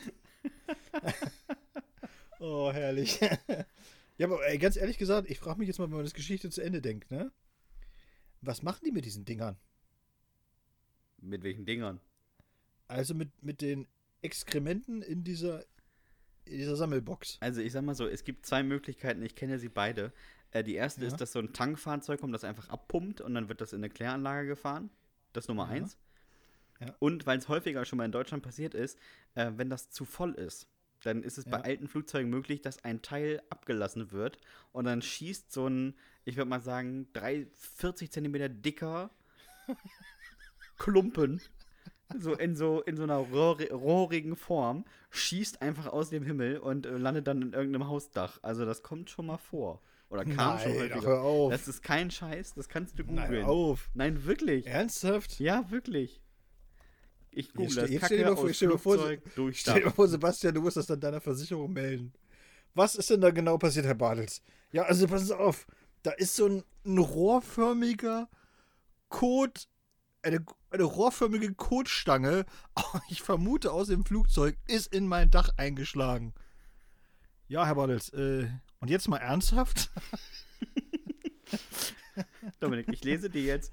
Oh, herrlich. Ja, aber ey, ganz ehrlich gesagt, ich frage mich jetzt mal, wenn man das Geschichte zu Ende denkt, ne? Was machen die mit diesen Dingern? Mit welchen Dingern? Also mit, mit den Exkrementen in dieser, in dieser Sammelbox. Also ich sag mal so, es gibt zwei Möglichkeiten, ich kenne sie beide. Äh, die erste Ja. ist, dass so ein Tankfahrzeug kommt, das einfach abpumpt und dann wird das in eine Kläranlage gefahren. Das ist Nummer Ja. eins. Ja. Und weil es häufiger schon mal in Deutschland passiert ist, äh, wenn das zu voll ist, dann ist es bei Ja. alten Flugzeugen möglich, dass ein Teil abgelassen wird und dann schießt so ein, ich würde mal sagen, drei, vierzig Zentimeter dicker Klumpen so in so in so einer rohr, rohrigen Form, schießt einfach aus dem Himmel und äh, landet dann in irgendeinem Hausdach. Also das kommt schon mal vor. Oder kam schon Nein, häufiger. ach, hör auf. Das ist kein Scheiß, das kannst du Nein, googeln. hör auf. Nein, wirklich. Ernsthaft? Ja, wirklich. Ich google Jetzt das. stell- jetzt Kacke stell dir mal vor- aus stell dir mal vor, Flugzeug durch Stell dir mal Dach. vor, Sebastian, du musst das dann deiner Versicherung melden. Was ist denn da genau passiert, Herr Bartels? Ja, also pass auf. Da ist so ein, ein rohrförmiger Kot, eine, eine rohrförmige Kotstange, ich vermute aus dem Flugzeug, ist in mein Dach eingeschlagen. Ja, Herr Bartels, äh, und jetzt mal ernsthaft? Dominik, ich lese dir jetzt.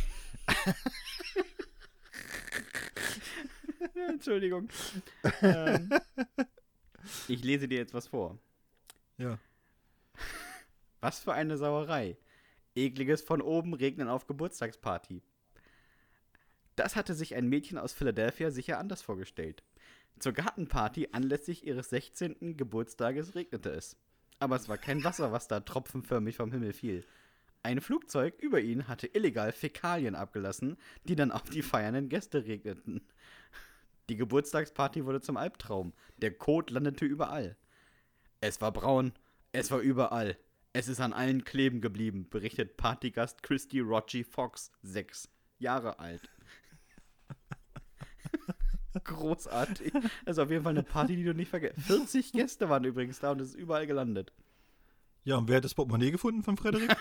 Entschuldigung. ähm, ich lese dir jetzt was vor. Ja. Was für eine Sauerei. Ekliges von oben regnen auf Geburtstagsparty. Das hatte sich ein Mädchen aus Philadelphia sicher anders vorgestellt. Zur Gartenparty anlässlich ihres sechzehnten Geburtstages regnete es. Aber es war kein Wasser, was da tropfenförmig vom Himmel fiel. Ein Flugzeug über ihn hatte illegal Fäkalien abgelassen, die dann auf die feiernden Gäste regneten. Die Geburtstagsparty wurde zum Albtraum. Der Kot landete überall. Es war braun. Es war überall. Es ist an allen kleben geblieben, berichtet Partygast Christy Rogie Fox, sechs Jahre alt. Großartig. Das ist auf jeden Fall eine Party, die du nicht vergisst. vierzig Gäste waren übrigens da und es ist überall gelandet. Ja, und wer hat das Portemonnaie gefunden von Frederik?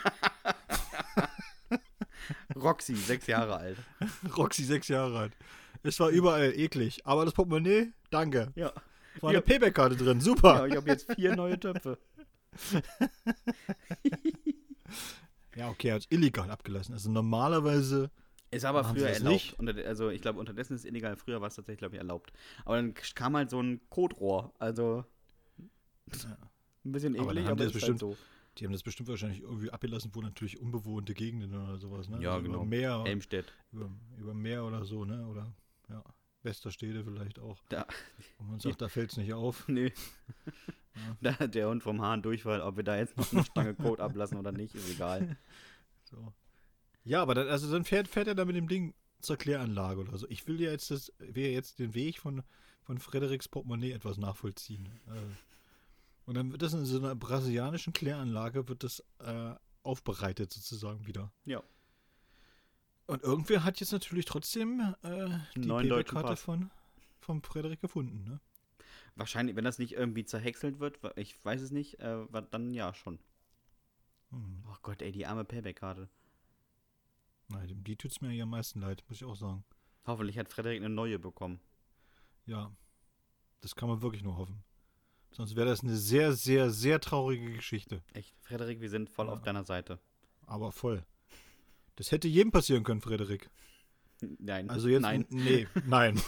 Roxy, sechs Jahre alt. Roxy, sechs Jahre alt. Es war überall eklig. Aber das Portemonnaie, danke. Ja. War eine Payback-Karte drin, super. Ja, ich habe jetzt vier neue Töpfe. Ja, okay, er hat es illegal abgelassen. Also normalerweise Ist aber machen früher sie das erlaubt. nicht. Unter, also ich glaube, unterdessen ist es illegal. Früher war es tatsächlich, glaube ich, erlaubt. Aber dann kam halt so ein Kotrohr. Also Ja. ein bisschen Aber dann eklig, haben aber, die es das ist halt bestimmt- so. Die haben das bestimmt wahrscheinlich irgendwie abgelassen, wo natürlich unbewohnte Gegenden oder sowas, ne? Ja, Also genau. Über Meer, Helmstedt. über, über Meer oder so, ne? Oder, ja, Westerstede vielleicht auch. Da. Wo man sagt, da fällt es nicht auf. Nee. Ja. Da hat der Hund vom Hahn Durchfall. Ob wir da jetzt noch eine Stange Kot ablassen oder nicht, ist egal. So. Ja, aber dann, also dann fährt, fährt er da mit dem Ding zur Kläranlage oder so. Ich will ja jetzt das, will ja jetzt den Weg von, von Frederiks Portemonnaie etwas nachvollziehen. Äh, und dann wird das in so einer brasilianischen Kläranlage, wird das äh, aufbereitet sozusagen wieder. Ja. Und irgendwer hat jetzt natürlich trotzdem äh, die Neuen deutschen Payback-Karte Pass. von, von Frederik gefunden, ne? Wahrscheinlich, wenn das nicht irgendwie zerhäckselt wird, wa- ich weiß es nicht, äh, wa- dann ja schon. Hm. Oh Gott, ey, die arme Payback-Karte. Nein, dem- die tut's mir ja am meisten leid, muss ich auch sagen. Hoffentlich hat Frederik eine neue bekommen. Ja, das kann man wirklich nur hoffen. Sonst wäre das eine sehr, sehr, sehr traurige Geschichte. Echt, Frederik, wir sind voll Ja. auf deiner Seite. Aber voll. Das hätte jedem passieren können, Frederik. Nein, Also jetzt. nein. Nee, nein.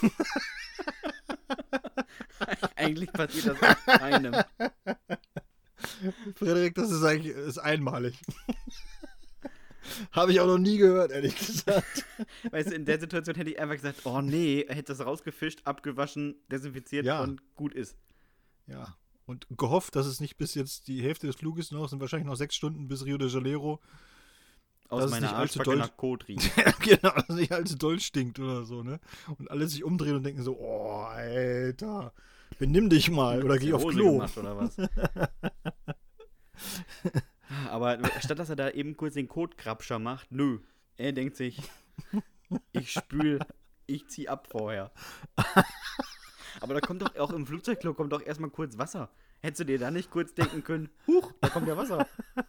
Eigentlich passiert das auch keinem. Frederik, das ist eigentlich ist einmalig. Habe ich auch noch nie gehört, ehrlich gesagt. Weißt du, in der Situation hätte ich einfach gesagt, oh nee, er hätte das rausgefischt, abgewaschen, desinfiziert Ja. und gut ist. Ja. Und gehofft, dass es nicht bis jetzt die Hälfte des Fluges noch, sind wahrscheinlich noch sechs Stunden bis Rio de Janeiro. Aus Das ist meiner nicht allzu Arschbacke doll- nach Kot riecht. Genau, dass es nicht allzu doll stinkt oder so, ne? Und alle sich umdrehen und denken so, oh, Alter, benimm dich mal oder geh auf Hose Klo. gemacht oder was? Aber statt dass er da eben kurz den Kotkrabscher macht, nö. Er denkt sich, ich spül, ich zieh ab vorher. Aber da kommt doch auch im Flugzeugklo kommt doch erstmal kurz Wasser. Hättest du dir da nicht kurz denken können, huch, da kommt ja Wasser.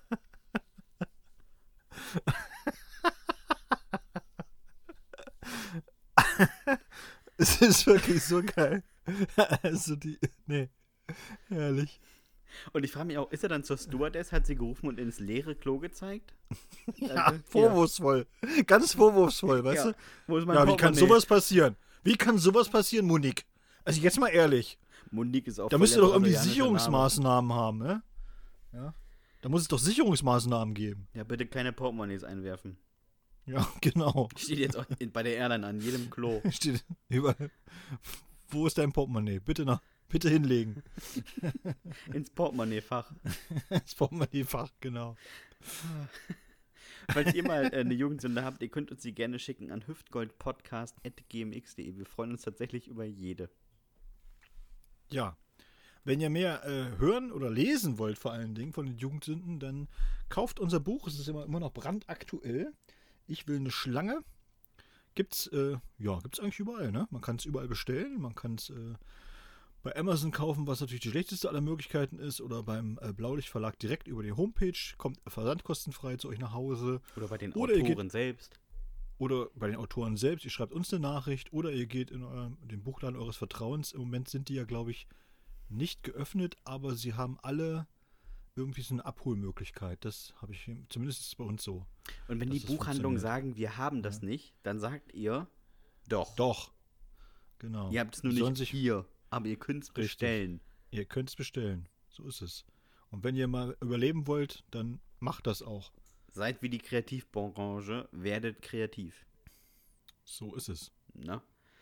Es ist wirklich so geil. Also die, nee, herrlich. Und ich frage mich auch, ist er dann zur Stewardess, hat sie gerufen und ins leere Klo gezeigt? Ja, Also, vorwurfsvoll. Ganz vorwurfsvoll, weißt Ja. du? Wo ist mein Ja, wie kann Portemonnaie? sowas passieren? Wie kann sowas passieren, Monique? Also jetzt mal ehrlich. Monique ist auch Da voll müsst ihr der doch irgendwie brasilianische Sicherungsmaßnahmen haben, ne? Ja. Da muss es doch Sicherungsmaßnahmen geben. Name. Ja, bitte keine Portemonnaies einwerfen. Ja, genau. Steht jetzt auch in, bei der Airline an jedem Klo. Steht überall. Wo ist dein Portemonnaie? Bitte nach, bitte hinlegen. Ins Portemonnaiefach. Das Portemonnaie-Fach, genau. Falls ihr mal äh, eine Jugendsünde habt, ihr könnt uns die gerne schicken an hüftgoldpodcast at g m x punkt de. Wir freuen uns tatsächlich über jede. Ja. Wenn ihr mehr äh, hören oder lesen wollt, vor allen Dingen von den Jugendsünden, dann kauft unser Buch. Es ist immer, immer noch brandaktuell. Ich will eine Schlange. Gibt's, äh, ja, gibt's eigentlich überall, ne? Man kann es überall bestellen. Man kann es äh, bei Amazon kaufen, was natürlich die schlechteste aller Möglichkeiten ist. Oder beim äh, Blaulicht Verlag direkt über die Homepage. Kommt versandkostenfrei zu euch nach Hause. Oder bei den Oder ihr Autoren selbst. Oder bei den Autoren selbst. Ihr schreibt uns eine Nachricht. Oder ihr geht in eurem, den Buchladen eures Vertrauens. Im Moment sind die ja, glaube ich, nicht geöffnet. Aber sie haben alle irgendwie so eine Abholmöglichkeit. Das habe ich hier, zumindest ist es bei uns so. Und wenn dass die das Buchhandlungen funktioniert. sagen, wir haben das Ja. nicht, dann sagt ihr, doch. Doch. Genau. Ihr habt es nur Die sollen nicht sich- hier, aber ihr könnt es Richtig. bestellen. Ihr könnt es bestellen. So ist es. Und wenn ihr mal überleben wollt, dann macht das auch. Seid wie die Kreativbranche, werdet kreativ. So ist es. Na?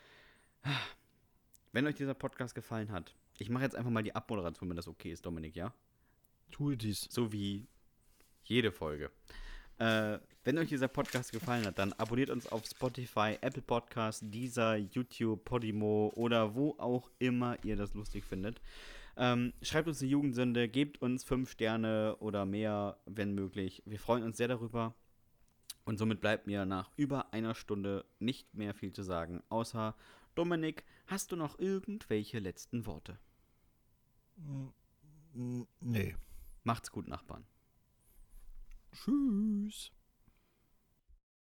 Wenn euch dieser Podcast gefallen hat, ich mache jetzt einfach mal die Abmoderation, wenn das okay ist, Dominik, ja? Tue dies. So wie jede Folge. Äh, wenn euch dieser Podcast gefallen hat, dann abonniert uns auf Spotify, Apple Podcasts, Deezer, YouTube, Podimo oder wo auch immer ihr das lustig findet. Ähm, schreibt uns eine Jugendsünde, gebt uns fünf Sterne oder mehr, wenn möglich. Wir freuen uns sehr darüber. Und somit bleibt mir nach über einer Stunde nicht mehr viel zu sagen, außer Dominik, hast du noch irgendwelche letzten Worte? Nee. Macht's gut, Nachbarn. Tschüss.